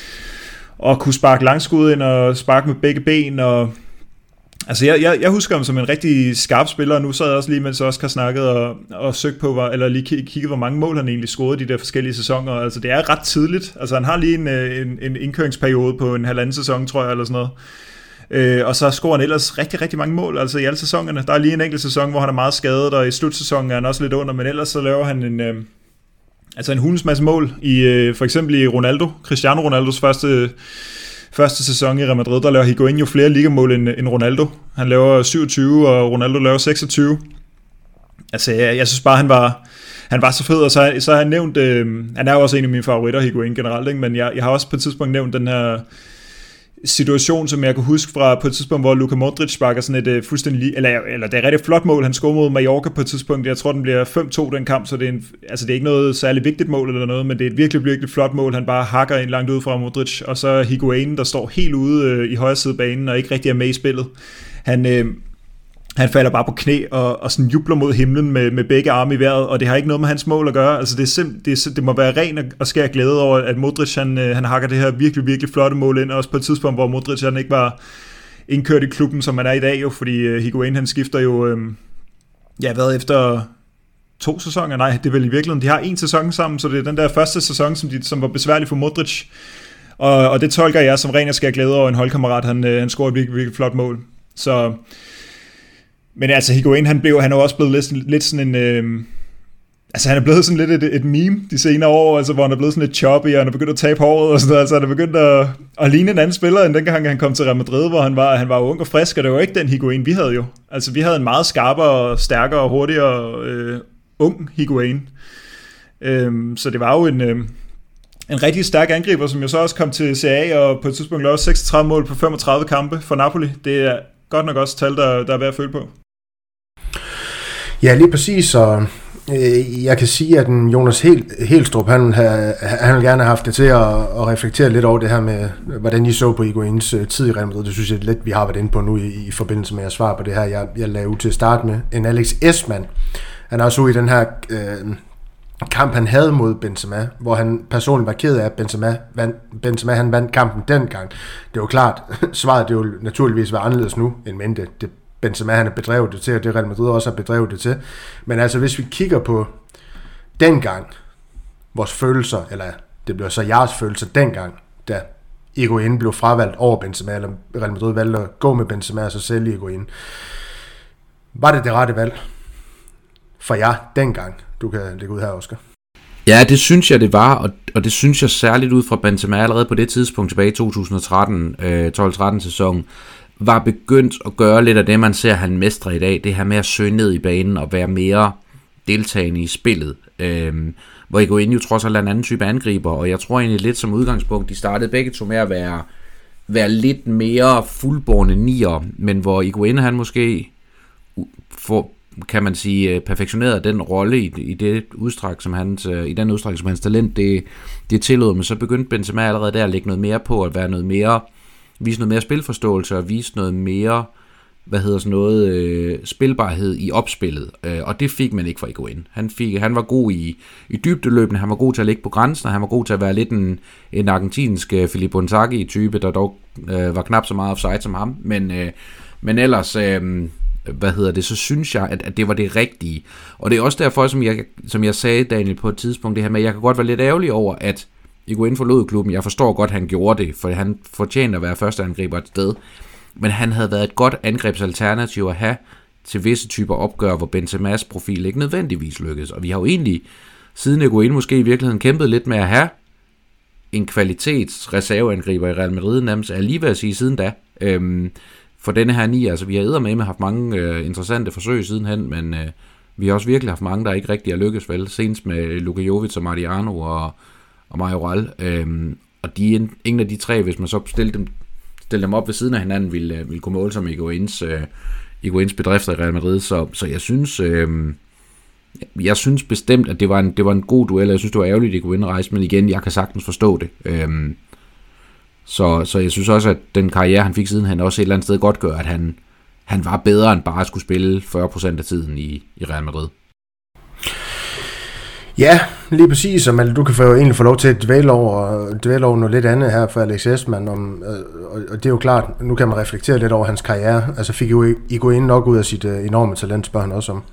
og kunne sparke langskud ind og sparke med begge ben, og altså jeg, jeg, jeg husker ham som en rigtig skarp spiller, og nu sad jeg også lige, mens jeg også har snakket og, og søgt på, hvor, eller lige kigget, hvor mange mål han egentlig scorede de der forskellige sæsoner. Altså det er ret tidligt, altså han har lige en, en, en indkøringsperiode på en halvanden sæson, tror jeg, eller sådan noget. Øh, og så scorer han ellers rigtig, rigtig mange mål, altså i alle sæsonerne. Der er lige en enkelt sæson, hvor han er meget skadet, og i slutsæsonen er han også lidt under, men ellers så laver han en... Øh, Altså en hulens masse mål, i, øh, for eksempel i Ronaldo, Cristiano Ronaldos første, første sæson i Real Madrid, der laver Higuaín jo flere ligamål end, end Ronaldo. Han laver syvogtyve, og Ronaldo laver seksogtyve. Altså jeg, jeg synes bare, han var, han var så fed, og så, så har jeg nævnt, øh, han er jo også en af mine favoritter, Higuaín generelt, ikke? Men jeg, jeg har også på et tidspunkt nævnt den her situation, som jeg kan huske fra på et tidspunkt, hvor Luka Modric sparker sådan et uh, fuldstændig, eller, eller det er et rigtig flot mål, han scorer mod Mallorca på et tidspunkt, jeg tror den bliver fem to den kamp, så det er, en, altså det er ikke noget særligt vigtigt mål eller noget, men det er et virkelig, virkelig flot mål, han bare hakker ind langt ud fra Modric, og så Higuaín, der står helt ude uh, i højre side banen, og ikke rigtig er med i spillet. Han, uh, han falder bare på knæ og, og sådan jubler mod himlen med, med begge arme i vejret, og det har ikke noget med hans mål at gøre. Altså det, er sim, det, er, det må være ren og skær glæde over, at Modric han, han hakker det her virkelig, virkelig flotte mål ind, også på et tidspunkt, hvor Modric han ikke var indkørt i klubben, som han er i dag, jo, fordi Higuaín han skifter jo, øh, ja, hvad efter to sæsoner? Nej, det er vel i virkeligheden, de har en sæson sammen, så det er den der første sæson, som, de, som var besværlig for Modric, og, og det tolker jeg som ren og skær glæde over en holdkammerat, han, han scorer et virkelig, virkelig flot mål. Så... Men altså Higuaín, han blev, han er også blevet lidt, lidt sådan en, øh, altså han er blevet sådan lidt et, et meme de senere år, altså hvor han er blevet sådan lidt choppy, og han er begyndt at tabe håret og sådan noget, altså han er begyndt at, at ligne en anden spiller, end dengang han kom til Real Madrid, hvor han var, han var ung og frisk, og det var ikke den Higuaín, vi havde jo. Altså vi havde en meget skarpere, stærkere og hurtigere øh, ung Higuaín. Øh, så det var jo en, øh, en rigtig stærk angriber, som jo så også kom til C A, og på et tidspunkt lavede seksogtredive mål på femogtredive kampe for Napoli. Det er godt nok også tal, der, der er værd at føle på. Ja, lige præcis, og øh, jeg kan sige, at den Jonas Hel- Helstrup, han, han vil gerne have haft det til at, at reflektere lidt over det her med, hvordan I så på Higuaíns øh, tid i Real Madrid. Det synes jeg lidt, vi har været inde på nu i, i forbindelse med at svare på det her, jeg, jeg lavede ud til at starte med. En Alex Esman, han er også ude i den her øh, kamp, han havde mod Benzema, hvor han personligt var ked af, at Benzema, vandt, Benzema han vandt kampen dengang. Det er jo klart, svaret det jo naturligvis var anderledes nu, end mente. Det Benzema han har bedrevet det til, og det Real Madrid også har bedrevet det til. Men altså, hvis vi kigger på dengang, vores følelser, eller det blev så jeres følelser dengang, da Higuaín blev fravalgt over Benzema, eller Real Madrid valgte at gå med Benzema og så sælge Higuaín. Var det det rette valg for jer dengang? Du kan lægge ud her, Oscar. Ja, det synes jeg, det var, og, og det synes jeg særligt ud fra Benzema allerede på det tidspunkt tilbage i to tusind og tretten, øh, tolv tretten sæsonen, var begyndt at gøre lidt af det, man ser, han mestrer i dag, det her med at søge ned i banen og være mere deltagende i spillet. Øhm, hvor Higuaín jo trods alt er en anden type angriber, og jeg tror egentlig lidt som udgangspunkt, de startede begge to med at være, være lidt mere fuldborne nier, men hvor Higuaín han måske får, kan man sige, perfektioneret den rolle i, i det udstræk, som hans, i den udstræk, som hans talent det, det tillod, men så begyndte Benzema allerede der at lægge noget mere på, at være noget mere, vise noget mere spilforståelse og vise noget mere, hvad hedder sådan noget, øh, spilbarhed i opspillet, øh, og det fik man ikke fra Higuaín. Han, fik, han var god i, i dybdeløbene, han var god til at ligge på grænsen, og han var god til at være lidt en, en argentinsk uh, Filippo Inzaghi-type, der dog øh, var knap så meget offside som ham, men, øh, men ellers, øh, hvad hedder det, så synes jeg, at, at det var det rigtige. Og det er også derfor, som jeg, som jeg sagde, Daniel, på et tidspunkt, det her med, jeg kan godt være lidt ærgerlig over, at Higuaín forlod klubben. Jeg forstår godt, at han gjorde det, for han fortjente at være første angriber et sted. Men han havde været et godt angrebsalternativ at have til visse typer opgør, hvor Benzemas profil ikke nødvendigvis lykkedes. Og vi har jo egentlig, siden Higuaín måske i virkeligheden kæmpet lidt med at have en kvalitetsreserveangriber i Real Madrid, nærmest er lige ved at sige siden da. Øhm, for denne her ni, altså vi har eddermame haft mange øh, interessante forsøg sidenhen, men øh, vi har også virkelig haft mange, der ikke rigtig har lykkes, vel? Senest med Luka Jovic og Mariano og, og Majoral. Øhm, og de, ingen af de tre, hvis man så stillede dem, stillede dem op ved siden af hinanden, ville, ville kunne måle sig med Higuaíns, øh, Higuaíns bedrifter i Real Madrid. Så, så jeg synes... Øh, Jeg synes bestemt, at det var en, det var en god duel, og jeg synes, det var ærgerligt, at de kunne indrejse, men igen, jeg kan sagtens forstå det. Øhm, så, så jeg synes også, at den karriere, han fik siden, han også et eller andet sted godt gør, at han, han var bedre end bare at skulle spille fyrre procent af tiden i, i Real Madrid. Ja, lige præcis, og du kan få, egentlig få lov til at dvæle over, dvæle over noget lidt andet her for Alex Esman, om, og, og det er jo klart, nu kan man reflektere lidt over hans karriere, altså fik jo Higuaín nok ud af sit uh, enorme talent, spørger han også om.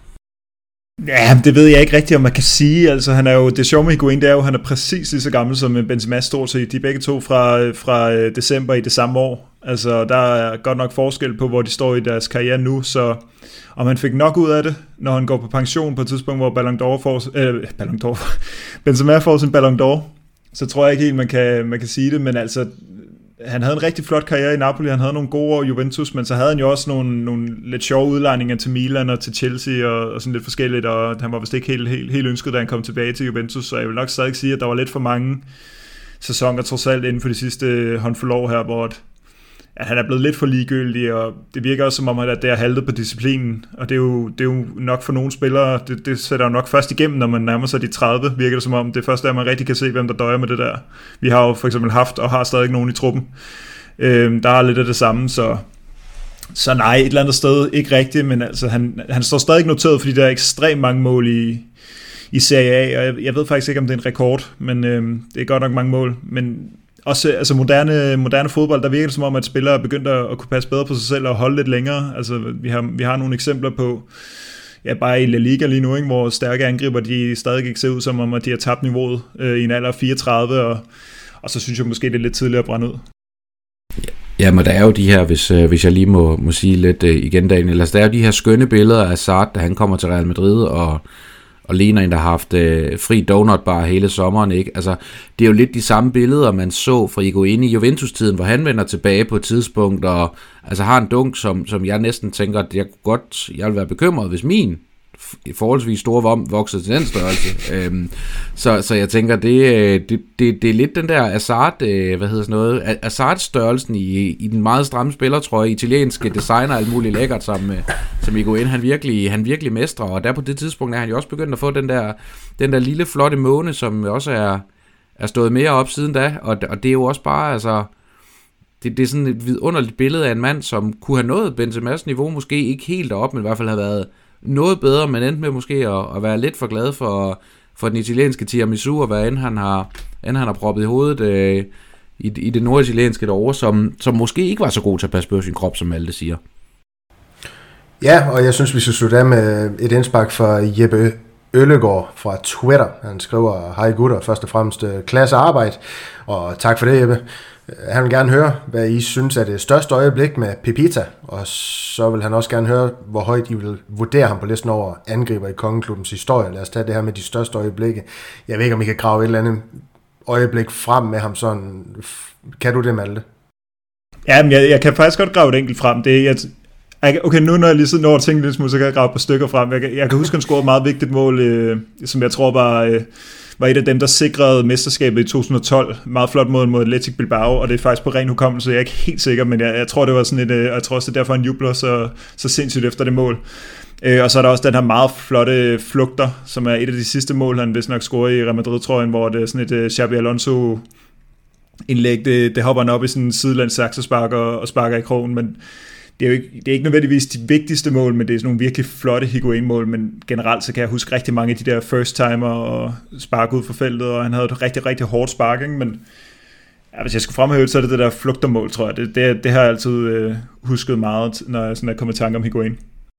Ja, det ved jeg ikke rigtigt, om man kan sige. Altså, han er jo, det sjove med Higuaín, det er jo, at han er præcis lige så gammel som Benzema stort set. De er begge to fra, fra december i det samme år. Altså, der er godt nok forskel på, hvor de står i deres karriere nu, så om han fik nok ud af det, når han går på pension på et tidspunkt, hvor Ballon d'Or får, øh, Ballon d'Or, Benzema får sin Ballon d'Or, så tror jeg ikke helt, man kan, man kan sige det, men altså, han havde en rigtig flot karriere i Napoli, han havde nogle gode år i Juventus, men så havde han jo også nogle, nogle lidt sjove udlejninger til Milan og til Chelsea og, og sådan lidt forskelligt, og han var vist ikke helt, helt, helt ønsket, da han kom tilbage til Juventus, så jeg vil nok stadig sige, at der var lidt for mange sæsoner trods alt inden for de sidste håndfuld år her, hvor at han er blevet lidt for ligegyldig, og det virker også som om, at det er haltet på disciplinen, og det er jo, det er jo nok for nogle spillere, det, det sætter jo nok først igennem, når man nærmer sig de tredive, virker det som om, det første er, at man rigtig kan se, hvem der døjer med det der. Vi har jo for eksempel haft, og har stadig nogen i truppen, øhm, der er lidt af det samme, så, så nej, et eller andet sted, ikke rigtigt, men altså, han, han står stadig noteret, fordi der er ekstremt mange mål i, i Serie A, og jeg, jeg ved faktisk ikke, om det er en rekord, men øhm, det er godt nok mange mål, men også altså moderne, moderne fodbold, der virker det som om, at spillere er begyndt at, at kunne passe bedre på sig selv og holde lidt længere. Altså, vi har, vi har nogle eksempler på, ja, bare i La Liga lige nu, ikke, hvor stærke angriber, de stadig ikke ser ud som om, at de har tabt niveauet øh, i en alder af fireogtredive, og, og så synes jeg måske, det er lidt tidligere at brænde ud. Ja, men der er jo de her, hvis, øh, hvis jeg lige må, må sige lidt øh, igen, Daniel, altså, der er jo de her skønne billeder af Sarr, da han kommer til Real Madrid, og og ligner en, der har haft øh, fri donutbar hele sommeren, ikke? Altså, det er jo lidt de samme billeder, man så fra Higuaín i Juventus-tiden, hvor han vender tilbage på et tidspunkt, og altså har en dunk, som, som jeg næsten tænker, at jeg godt, jeg vil være bekymret, hvis min forholdsvis store vom voksede til den størrelse. øhm, så, så jeg tænker, det, det, det, det er lidt den der Hazard, øh, hvad hedder sådan noget, Hazard-størrelsen i, i den meget stramme spillertrøje, italienske designer, alt muligt lækkert, som, øh, som Higuaín, han virkelig, han virkelig mestrer, og der på det tidspunkt er han jo også begyndt at få den der, den der lille flotte måne, som også er, er stået mere op siden da, og, og det er jo også bare, altså, det, det er sådan et vidunderligt billede af en mand, som kunne have nået Benzemas niveau, måske ikke helt derop, men i hvert fald have været noget bedre, men endte med måske at, at være lidt for glad for, for den italienske tiramisu, og hvad end han har, end han har proppet i hovedet øh, i, i det norditalienske derovre, som, som måske ikke var så god til at passe på sin krop, som Malte siger. Ja, og jeg synes, vi skal slutte af med et indspark fra Jeppe Øllegaard fra Twitter. Han skriver, hej gutter, først og fremmest klasse arbejde, og tak for det, Jeppe. Han vil gerne høre, hvad I synes er det største øjeblik med Pepita, og så vil han også gerne høre, hvor højt I vil vurdere ham på listen over angriber i Kongeklubbens historie. Lad os tage det her med de største øjeblikke. Jeg ved ikke, om I kan grave et eller andet øjeblik frem med ham sådan. Kan du det, Malte? Ja, men jeg, jeg kan faktisk godt grave et enkelt frem. Det er, jeg, okay, nu når jeg lige sidder over og tænker lidt smule, så kan jeg grave et par stykker frem. Jeg, jeg kan huske, han scorede et meget vigtigt mål, øh, som jeg tror var... Øh, var et af dem, der sikrede mesterskabet i to tusind og tolv. Meget flot mål mod Athletic Bilbao, og det er faktisk på ren hukommelse. Jeg er ikke helt sikker, men jeg, jeg tror, det var sådan et, og jeg tror også, det er derfor, han jubler så, så sindssygt efter det mål. Øh, og så er der også den her meget flotte flugter, som er et af de sidste mål, han vist nok scorer i Real Madrid-trøjen, hvor det er sådan et uh, Xabi Alonso indlæg, det, det hopper han op i sådan en sidelands saksespark og, og sparker i krogen, men det er jo ikke, det er ikke nødvendigvis de vigtigste mål, men det er sådan nogle virkelig flotte Higuain-mål, men generelt så kan jeg huske rigtig mange af de der first-timer og spark ud for feltet, og han havde et rigtig, rigtig hårdt sparking, men ja, hvis jeg skulle fremhæve, så er det det der flugtermål, tror jeg. Det, det, det har jeg altid øh, husket meget, når jeg sådan er kommet i tanke om Higuain.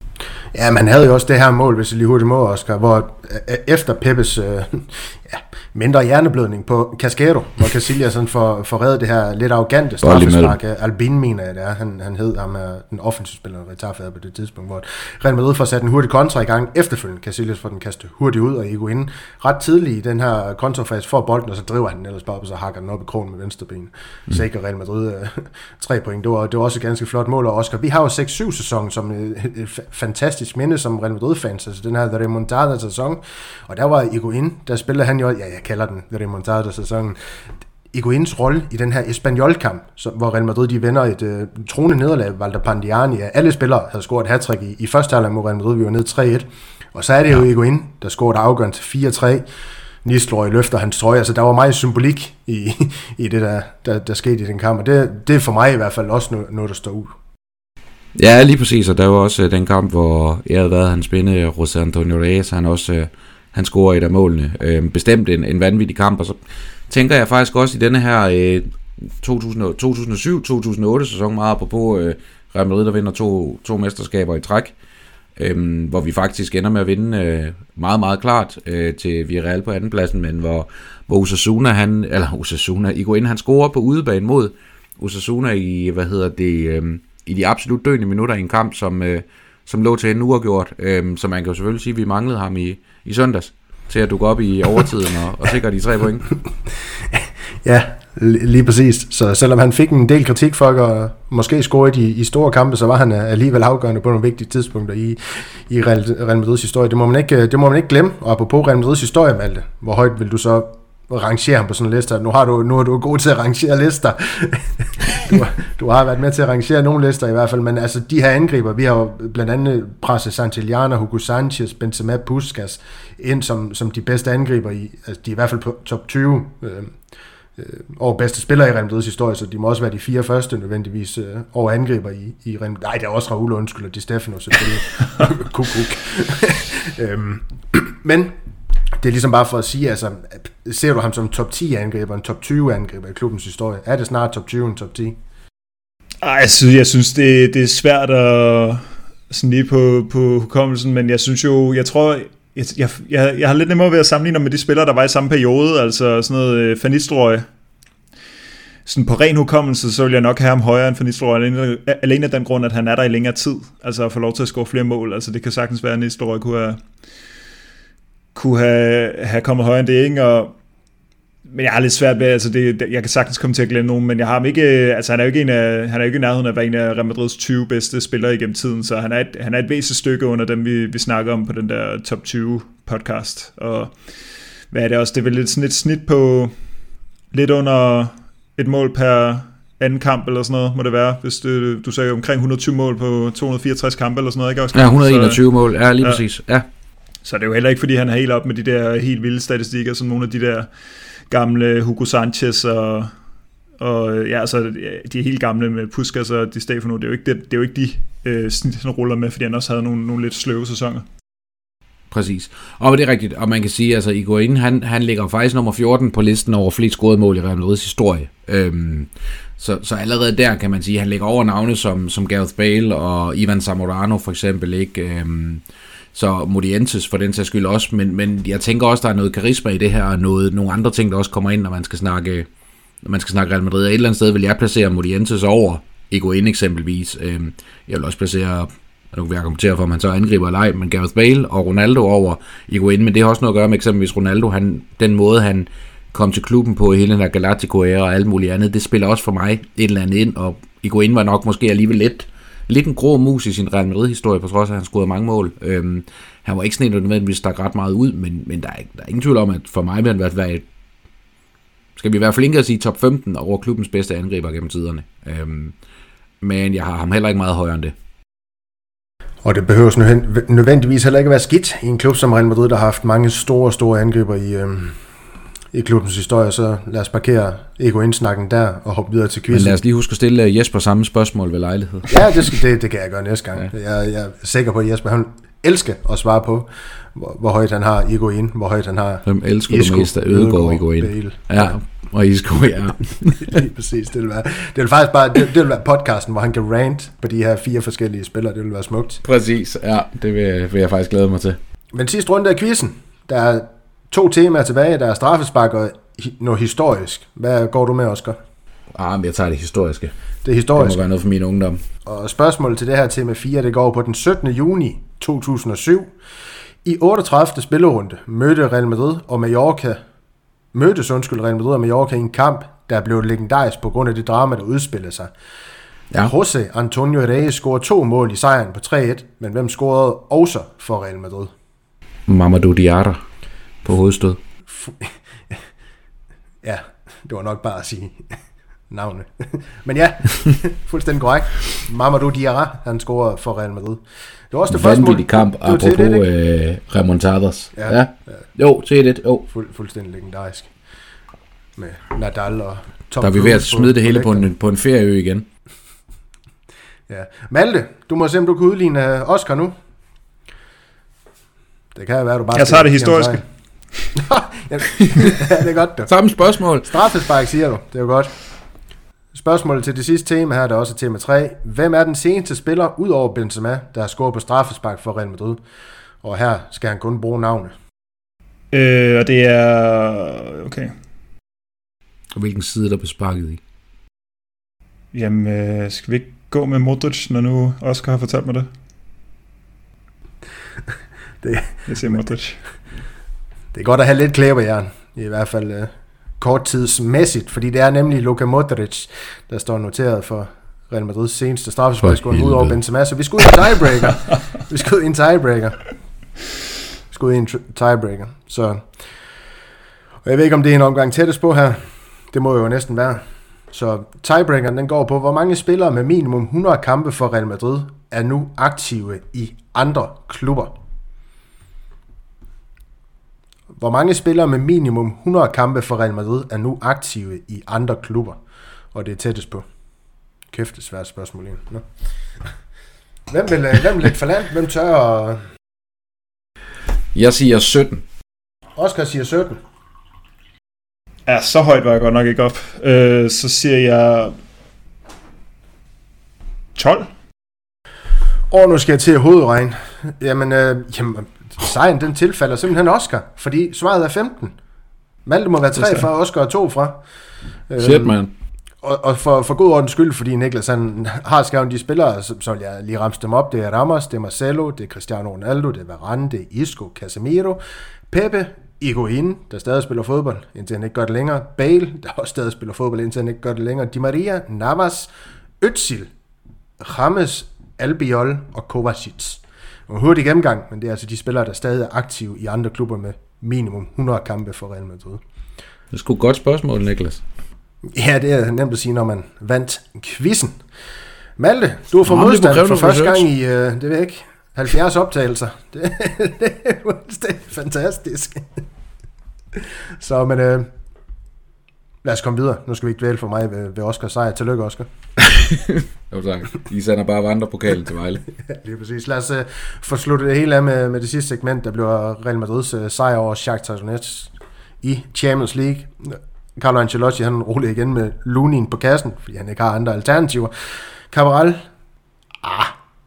Ja, man havde jo også det her mål, hvis jeg lige hurtigt må, Oscar, hvor efter Peppes øh, ja, mindre hjerneblødning på Cascado, hvor Casillas sådan får, får reddet det her lidt arrogante straffespark af Albin, mener jeg det er. Han, han hed ham af den offensive spiller, Retafad på det tidspunkt, hvor Real Madrid får sat en hurtig kontra i gang. Efterfølgende Casillas får den kastet hurtigt ud, og Higuain ret tidligt i den her kontrafase får bolden, og så driver han den ellers bare op, og så hakker den op i krogen med venstre ben. Mm. Sikrer Real Madrid øh, tre point. Det var, det var også et ganske flot mål, og Oscar, vi har jo seks syv sæson som et, et fantastisk minde som Real Madrid-fans, altså den her The Remontada-sæson, og der var Higuain, der spillede han jo, ja, jeg kalder den The Remontada-sæsonen, Higuains rolle i den her Espanyol-kamp, hvor Real Madrid de vinder et øh, troende nederlag, Walter Pandiani, ja, alle spillere havde scoret et hat-trick i, i første halvleg mod Real Madrid, vi var ned tre et, og så er det jo Higuain, der scorede afgørende til fire tre, Nistelrooy løfter hans trøje, altså der var meget symbolik i, i det, der, der, der skete i den kamp, og det, det er for mig i hvert fald også noget, noget der står ud. Ja, lige præcis, og der var også uh, den kamp, hvor jeg havde været hans spændende, José Antonio Reyes, han også, uh, han scorer et af målene. Uh, bestemt en, en vanvittig kamp, og så tænker jeg faktisk også i denne her uh, to tusind og syv to tusind og otte sæson, meget apropos uh, Real Madrid, der vinder to, to mesterskaber i træk, um, hvor vi faktisk ender med at vinde uh, meget, meget klart uh, til Villarreal på andenpladsen, men hvor, hvor Osasuna, han, eller Osasuna, Higuain, han scorer på udebane mod Osasuna i, hvad hedder det... Um, i de absolut døende minutter i en kamp, som, øh, som lå til en uafgjort. Øh, så man kan jo selvfølgelig sige, at vi manglede ham i, i søndags til at dukke op i overtiden og, og sikre de tre point. Ja, lige præcis. Så selvom han fik en del kritik for at måske score i, i store kampe, så var han alligevel afgørende på nogle vigtige tidspunkter i, i Real Madrids historie. Det må man ikke, det må man ikke glemme. Og apropos Real Madrids historie, Malte, hvor højt vil du så rangere ham på sådan en liste? Nu har du, nu er du god til at rangere lister. du, du har været med til at rangere nogle lister i hvert fald, men altså de her angriber, vi har jo blandt andet presset Santillana, Hugo Sanchez, Benzema, Puskas ind som, som de bedste angriber i, altså de er i hvert fald på top tyve øh, øh, over bedste spillere i Real Madrids historie, så de må også være de fire første nødvendigvis øh, over angriber i, i Real Madrid. Nej, det er også Raul, undskyld, og Di Stefano selvfølgelig. kuk, kuk. øhm, men det er ligesom bare for at sige, altså, ser du ham som top ti angriber, en top tyve angriber i klubbens historie? Er det snart top tyve en top ti? Ej, jeg synes, jeg synes det, det er svært at sådan lige på, på hukommelsen, men jeg synes jo, jeg tror, jeg, jeg, jeg, jeg har lidt nemmere ved at sammenligne med de spillere, der var i samme periode, altså sådan noget Van Nistelrooy. Sådan på ren hukommelse, så vil jeg nok have ham højere end Van Nistelrooy, alene, alene af den grund, at han er der i længere tid, altså at få lov til at score flere mål, altså det kan sagtens være, at Nistelrooy kunne have kunne have, have kommet højere end det, ikke? Og, men jeg har lidt svært ved, altså det, jeg kan sagtens komme til at glemme nogen, men jeg har ham ikke, altså han er jo ikke en af, han er jo ikke i nærheden af at være en af Real Madrids tyve bedste spillere igennem tiden, så han er et, han er et væsentligt stykke under dem, vi, vi snakker om på den der top tyve podcast, og hvad er det også, det er vel lidt sådan et snit på lidt under et mål per anden kamp eller sådan noget, må det være, hvis du, du sagde omkring hundrede og tyve mål på to hundrede og fireogtres kampe eller sådan noget, ikke også? Ja, et hundrede og enogtyve så, mål, ja, lige ja. Præcis, ja. Så det er jo heller ikke, fordi han er helt op med de der helt vilde statistikker, som nogle af de der gamle Hugo Sanchez og, og ja, altså de helt gamle med Puskas og Di Stefano. Det er jo ikke, det, det er jo ikke de øh, snit, han ruller med, fordi han også havde nogle, nogle lidt sløve sæsoner. Præcis. Og det er rigtigt, og man kan sige, altså Higuaín, han, han ligger faktisk nummer fjorten på listen over flest scorede mål i Real Madrids historie. Øhm, så, så allerede der kan man sige, at han ligger over navne som, som Gareth Bale og Ivan Zamorano for eksempel, ikke? Øhm, så Morientes for den sags skyld også, men, men jeg tænker også, der er noget karisma i det her, og noget, nogle andre ting, der også kommer ind, når man skal snakke, når man skal snakke Real Madrid. Og et eller andet sted vil jeg placere Morientes over Higuaín eksempelvis. Øhm, jeg vil også placere, nu vil jeg kommentere for, om han så angriber eller ej, men Gareth Bale og Ronaldo over Higuaín, men det har også noget at gøre med eksempelvis Ronaldo, han, den måde han kom til klubben på i hele den her Galactico-æra og alt muligt andet, det spiller også for mig et eller andet ind, og Higuaín var nok måske alligevel lidt, lidt en grå mus i sin Real Madrid-historie, på trods af, at han scorede mange mål. Øhm, han var ikke sådan en, der nødvendigvis stak ret meget ud, men, men der, er, der er ingen tvivl om, at for mig vil han være, skal vi i hvert fald ikke at sige top femten over klubbens bedste angriber gennem tiderne. Øhm, men jeg har ham heller ikke meget højere end det. Og det behøver nødvendigvis heller ikke at være skidt i en klub som Real Madrid, der har haft mange store, store angriber i, øhm, i klubbens historie. Så lad os parkere Higuaín-snakken der og hoppe videre til quizzen. Men lad os lige huske at stille Jesper samme spørgsmål ved lejlighed. Ja, det, skal, det, det kan jeg gøre næste gang. Ja. Jeg, jeg er sikker på, at Jesper han elsker at svare på, hvor, hvor højt han har Higuaín, hvor højt han har Hvem elsker Isco, du mest af Ødegaard Higuaín? Ja, og Isco, ja. Lige præcis, det vil være. Det vil faktisk bare, det, det vil være podcasten, hvor han kan rant på de her fire forskellige spillere. Det vil være smukt. Præcis, ja, det vil, vil jeg faktisk glæde mig til. Men sidste runde af quizzen, der er to temaer tilbage. Der er straffespark og noget historisk. Hvad går du med, Oscar? Ah, men jeg tager det historiske. Det historiske. Det må være noget for min ungdom. Og spørgsmålet til det her tema fire, det går på den syttende juni to tusind og syv. I otteogtredivte spillerunde mødte Real Madrid og Mallorca mødtes undskyld Real Madrid og Mallorca i en kamp, der blev legendarisk på grund af det drama, der udspillede sig. Ja. José Antonio Reyes scorede to mål i sejren på tre et, men hvem scorede også for Real Madrid? Mamadou Diarra på hovedstød. Ja, det var nok bare at sige navne. Men ja, fuldstændig korrekt. Mamadou Diarra, han scorede for Real Madrid. Det var også det første mål. Vanvittig kamp, apropos øh, remontadas. Ja, ja. Jo, til et. Jo. Fuld, fuldstændig legendarisk. Med Nadal og Tom Der er vi ved at smide det hele på en, på en ferieø igen. Ja. Malte, du må se, om du kan udligne Oscar nu. Det kan jo være, du bare... Jeg tager det historiske. Ja, det er godt, du. Samme spørgsmål. Straffespark, siger du. Det er jo godt. Spørgsmålet til det sidste tema her, der er også tema tre. Hvem er den seneste spiller, ud over Benzema, der har scoret på straffespark for Real Madrid? Og her skal han kun bruge navnet. Øh, og det er... Okay. Og hvilken side der blev sparket i? Jamen, øh, skal vi ikke gå med Modric, når nu Oscar har fortalt mig det? det Jeg siger Modric. Det er godt at have lidt klæberjern, i hvert fald øh, korttidsmæssigt, fordi det er nemlig Luka Modric, der står noteret for Real Madrids seneste straffesparkscoring ud over Benzema, så vi skal ud i en tiebreaker. vi skal ud i en tiebreaker. Vi skal ud i en tiebreaker. Så, og jeg ved ikke, om det er en omgang tættest på her. Det må jo næsten være. Så tiebreakeren, den går på, hvor mange spillere med minimum hundrede kampe for Real Madrid er nu aktive i andre klubber. Hvor mange spillere med minimum hundrede kampe for Real Madrid er nu aktive i andre klubber? Og det er tættest på. Kæft, det er svært spørgsmål. Nå. Hvem vil, hvem vil lægge for land? Hvem tør at... Jeg siger sytten. Oscar siger sytten. Ja, så højt var jeg godt nok ikke op. Øh, så siger jeg... tolv. Og nu skal jeg til hovedregn. Jamen, øh, jamen sejren den tilfalder simpelthen Oscar, fordi svaret er femten. Malte må være tre fra, Oscar og to fra. Shit, man. Og, og for, for god ordens skyld, fordi Niklas han har skrevet de spillere, så, så vil jeg lige ramse dem op. Det er Ramos, det er Marcelo, det er Cristiano Ronaldo, det er Varane, det er Isco, Casemiro, Pepe, Higuaín, der stadig spiller fodbold, indtil han ikke gør det længere. Bale, der også stadig spiller fodbold, indtil han ikke gør det længere. Di Maria, Navas, Özil, James, Albiol og Kovacic. En hurtig gennemgang, men det er altså de spillere, der stadig er aktive i andre klubber med minimum hundrede kampe for Real Madrid. Det er sgu et godt spørgsmål, Niklas. Ja, det er nemt at sige, når man vandt quizzen. Malte, du har fået modstand for første gang i, uh, det ved jeg ikke, halvfjerds optagelser. Det, det er fantastisk. Så, men uh, lad os komme videre. Nu skal vi ikke dvæle for mig ved, ved Oscars sejr. Tillykke, Oscar. Jo tak. I sender bare vandrepokalen til Vejle. Ja, lige præcis. Lad os uh, få sluttet det hele af med, med det sidste segment, der bliver Real Madrids uh, sejr over Shakhtar Donetsk i Champions League. Carlo Ancelotti, han ruller igen med Lunin på kassen, fordi han ikke har andre alternativer. Cabral, ah,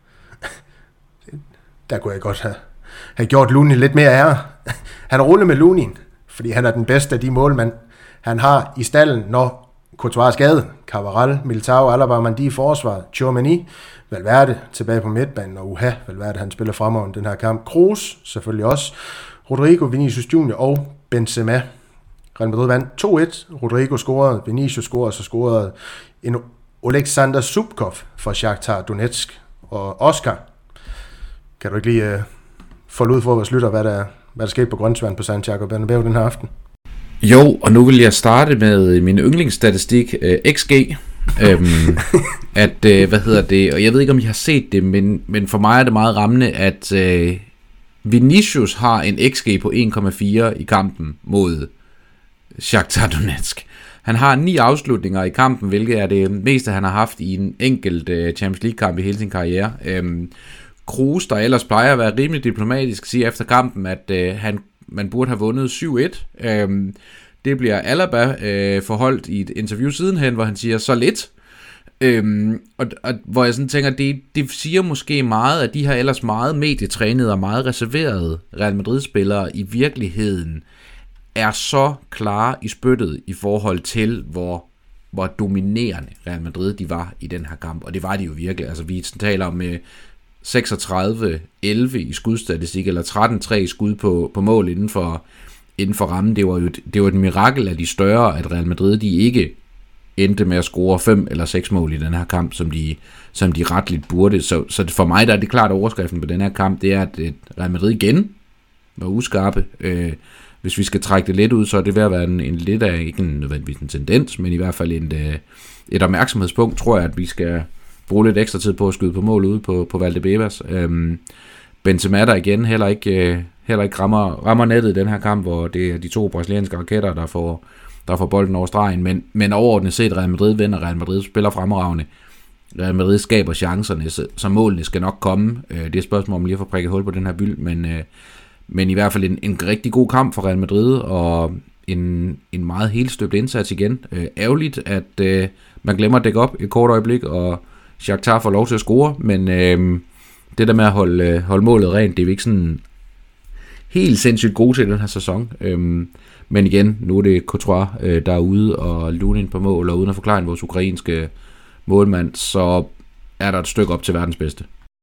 der kunne jeg godt have, have gjort Lunin lidt mere ære. Han ruller med Lunin, fordi han er den bedste af de målmænd, han har i stallen, når Courtois er skadet. Cabral, Militao, Alaba, Mandi i forsvaret, Tchouaméni, Valverde tilbage på midtbanen, og uha, Valverde han spiller fremover den her kamp. Kroos selvfølgelig også, Rodrigo, Vinicius Junior og Benzema. Real Madrid vandt to et, Rodrigo scorede, Vinicius scorede, så scorede en Oleksandr Zubkov for Shakhtar Donetsk. Og Oscar, kan du ikke lige uh, folde ud for vores lytter, hvad der, hvad der skete på Grønsvand på Santiago Bernabeu den her aften? Jo, og nu vil jeg starte med min yndlingsstatistik, øh, X G. øhm, at, øh, hvad hedder det, og jeg ved ikke, om I har set det, men, men for mig er det meget rammende, at øh, Vinicius har en X G på en komma fire i kampen mod Shakhtar Donetsk. Han har ni afslutninger i kampen, hvilket er det meste, han har haft i en enkelt øh, Champions League-kamp i hele sin karriere. Øhm, Kroos, der ellers plejer at være rimelig diplomatisk, siger efter kampen, at øh, han man burde have vundet syv et. Øhm, det bliver Alaba øh, forholdt i et interview sidenhen, hvor han siger så lidt. Øhm, og, og hvor jeg sådan tænker, det, det siger måske meget, at de her ellers meget medietrænede og meget reserverede Real Madrid-spillere i virkeligheden er så klare i spyttet i forhold til, hvor, hvor dominerende Real Madrid de var i den her kamp. Og det var de jo virkelig. Altså vi taler om øh, seksogtredive elleve i skudstatistik, eller tretten tre i skud på, på mål inden for, inden for rammen. Det var jo et, det var et mirakel af de større, at Real Madrid de ikke endte med at score fem eller seks mål i den her kamp, som de, som de retligt burde. Så, så for mig der er det klart, at overskriften på den her kamp, det er, at Real Madrid igen var uskarpe. Øh, hvis vi skal trække det lidt ud, så er det ved at være en, en lidt af, ikke en nødvendigvis en tendens, men i hvert fald en, et opmærksomhedspunkt, tror jeg, at vi skal bruge lidt ekstra tid på at skyde på mål ude på, på Valdebebas. Øhm, Benzema der igen heller ikke, heller ikke rammer, rammer nettet i den her kamp, hvor det er de to brasilianske raketter, der får, der får bolden over stregen, men, men overordnet set Real Madrid vinder, Real Madrid spiller fremragende. Real Madrid skaber chancerne, så, så målene skal nok komme. Øh, det er et spørgsmål, om lige at få prikket hul på den her byld, men, øh, men i hvert fald en, en rigtig god kamp for Real Madrid, og en, en meget helstøbt indsats igen. Øh, ærgerligt, at øh, man glemmer at dække op et kort øjeblik, og Shakhtar får lov til at score, men øh, det der med at holde, holde målet rent, det er vi ikke sådan helt sindssygt gode til den her sæson. Øh, men igen, nu er det Courtois, øh, der er ude og Lunin på mål, og uden at forklare vores ukrainske målmand, så er der et stykke op til verdens bedste.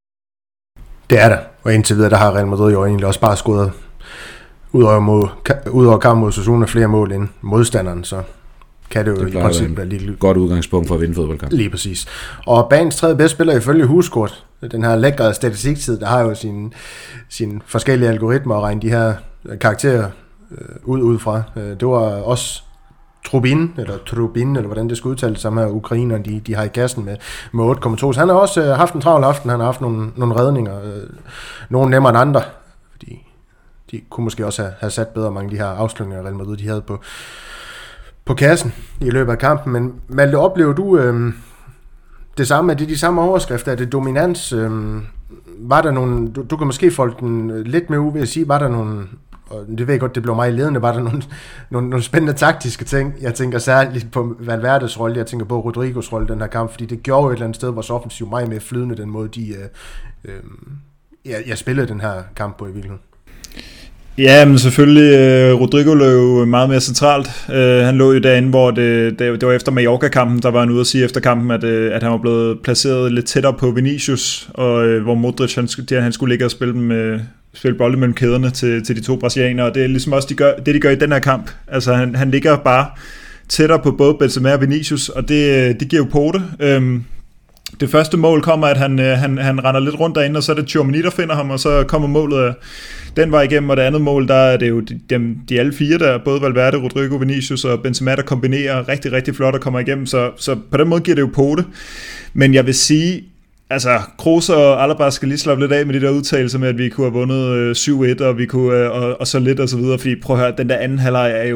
Det er der, og indtil videre, der har Real Madrid jo egentlig også bare scoret ud over, mod, ud over kamp mod Osasuna flere mål end modstanderen, så kan det jo det i princippet være lige godt udgangspunkt for at vinde fodboldkamp. Lige præcis. Og banens tredje bedste spiller ifølge Huskort, den her lækre statistiktid, der har jo sine, sine forskellige algoritmer at regne de her karakterer øh, ud, ud fra. Det var også Trubin, eller Trubin, eller hvordan det skal udtales, som her ukrainerne, de, de har i kassen med, med otte komma to. Så han har også øh, haft en travl aften, han har haft nogle, nogle redninger, øh, nogle nemmere end andre, fordi de kunne måske også have, have sat bedre mange af de her afslutninger, Real Madrid, de havde på, på kassen i løbet af kampen. Men Malte, oplever du øh, det samme? Er det de samme overskrifter? Er det dominans? Øh, var der nogle, du, du kan måske folde den lidt med ud ved at sige, var der nogle, og det ved jeg godt, det blev meget ledende, var der nogle, nogle, nogle spændende taktiske ting. Jeg tænker særligt på Valverdes rolle, jeg tænker på Rodrigos rolle i den her kamp, fordi det gjorde jo et eller andet sted vores offensiv meget mere flydende, den måde, de øh, øh, jeg, jeg spillede den her kamp på i virkeligheden. Ja, men selvfølgelig, øh, Rodrigo lå jo meget mere centralt. Øh, han lå jo derinde, hvor det, det, det var efter Mallorca-kampen, der var han ude at sige efter kampen, at, øh, at han var blevet placeret lidt tættere på Vinicius, og øh, hvor Modric, han, han skulle ligge og spille dem med spille bolde mellem kæderne til, til de to brasilianere, og det er ligesom også de gør, det, de gør i den her kamp. Altså, han, han ligger bare tættere på både Benzema og Vinicius, og det, det giver jo pote. Øhm, det første mål kommer, at han, han, han render lidt rundt derinde, og så er det Tchouaméni, der finder ham, og så kommer målet den vej igennem, og det andet mål, der er det jo de, de, de alle fire der, både Valverde, Rodrigo, Vinicius og Benzema, der kombinerer rigtig, rigtig flot og kommer igennem, så, så på den måde giver det jo pote. Men jeg vil sige, altså, Kroos og Alaba skal lige slappe lidt af med de der udtalelser med, at vi kunne have vundet øh, syv et, og vi kunne, øh, og, og så lidt og så videre, fordi prøv at høre, den der anden halvleg er jo,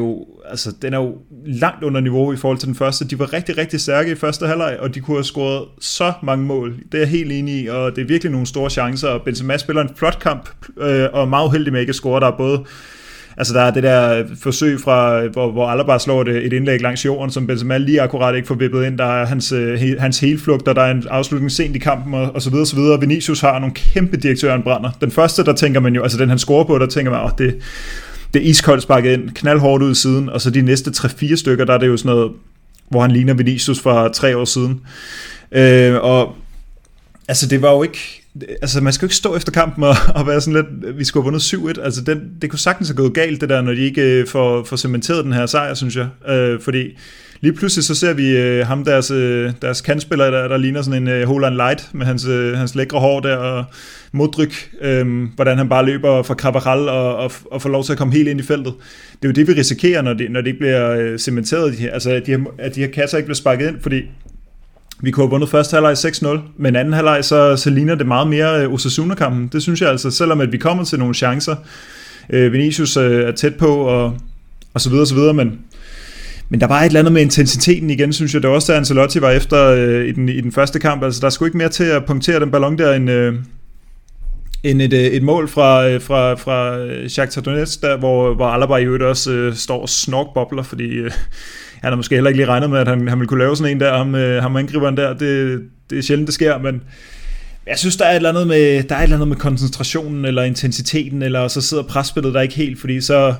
altså, den er jo langt under niveau i forhold til den første. De var rigtig, rigtig stærke i første halvleg, og de kunne have scoret så mange mål. Det er jeg helt enig i, og det er virkelig nogle store chancer, og Benzema spiller en flot kamp, øh, og meget uheldig med ikke at score. Der er både, altså der er det der forsøg fra, hvor, hvor Alaba slår et, et indlæg langs jorden, som Benzema lige akkurat ikke får vippet ind. Der er hans, he, hans helflugter, der er en afslutning sent i kampen, og, og så videre, så videre. Vinicius har nogle kæmpe direktøren-brænder. Den første, der tænker man jo, altså den han scorer på, der tænker man, åh, det Det er iskoldt sparket ind, knaldhårdt ud i siden, og så de næste tre fire stykker, der er det jo sådan noget, hvor han ligner Vinicius fra tre år siden. Øh, og altså det var jo ikke, altså man skal jo ikke stå efter kampen og, og være sådan lidt, vi skulle have vundet syv et, altså den, det kunne sagtens have gået galt det der, når de ikke får, får cementeret den her sejr, synes jeg. Øh, fordi lige pludselig så ser vi øh, ham, deres, øh, deres kantspiller, der, der ligner sådan en øh, Holland Light med hans, øh, hans lækre hår der, og Modric, øh, hvordan han bare løber fra Carvajal og, og, og får lov til at komme helt ind i feltet. Det er jo det, vi risikerer, når det, når det ikke bliver øh, cementeret, de her, altså at de, her, at de her kasser ikke bliver sparket ind, fordi vi kunne have vundet første halvleg seks nul, men anden halvleg så, så ligner det meget mere øh, Osasuna-kampen. Det synes jeg altså, selvom at vi kommer til nogle chancer. Øh, Vinicius øh, er tæt på, og, og så videre, så videre, men Men der var et eller andet med intensiteten igen, synes jeg. Det var også, da Ancelotti var efter øh, i, den, i den første kamp. Altså, der skulle ikke mere til at punktere den ballon der, end, øh, end et, et mål fra, øh, fra, fra Shakhtar Donetsk, der, hvor, hvor Alaba i øvrigt også øh, står og snorkbobler, fordi øh, han har måske heller ikke lige regnet med, at han, han ville kunne lave sådan en der, ham, øh, ham angriberen der. Det, det er sjældent, det sker, men jeg synes, der er et eller andet med, der er et eller andet med koncentrationen, eller intensiteten, eller så sidder presspillet der ikke helt, fordi så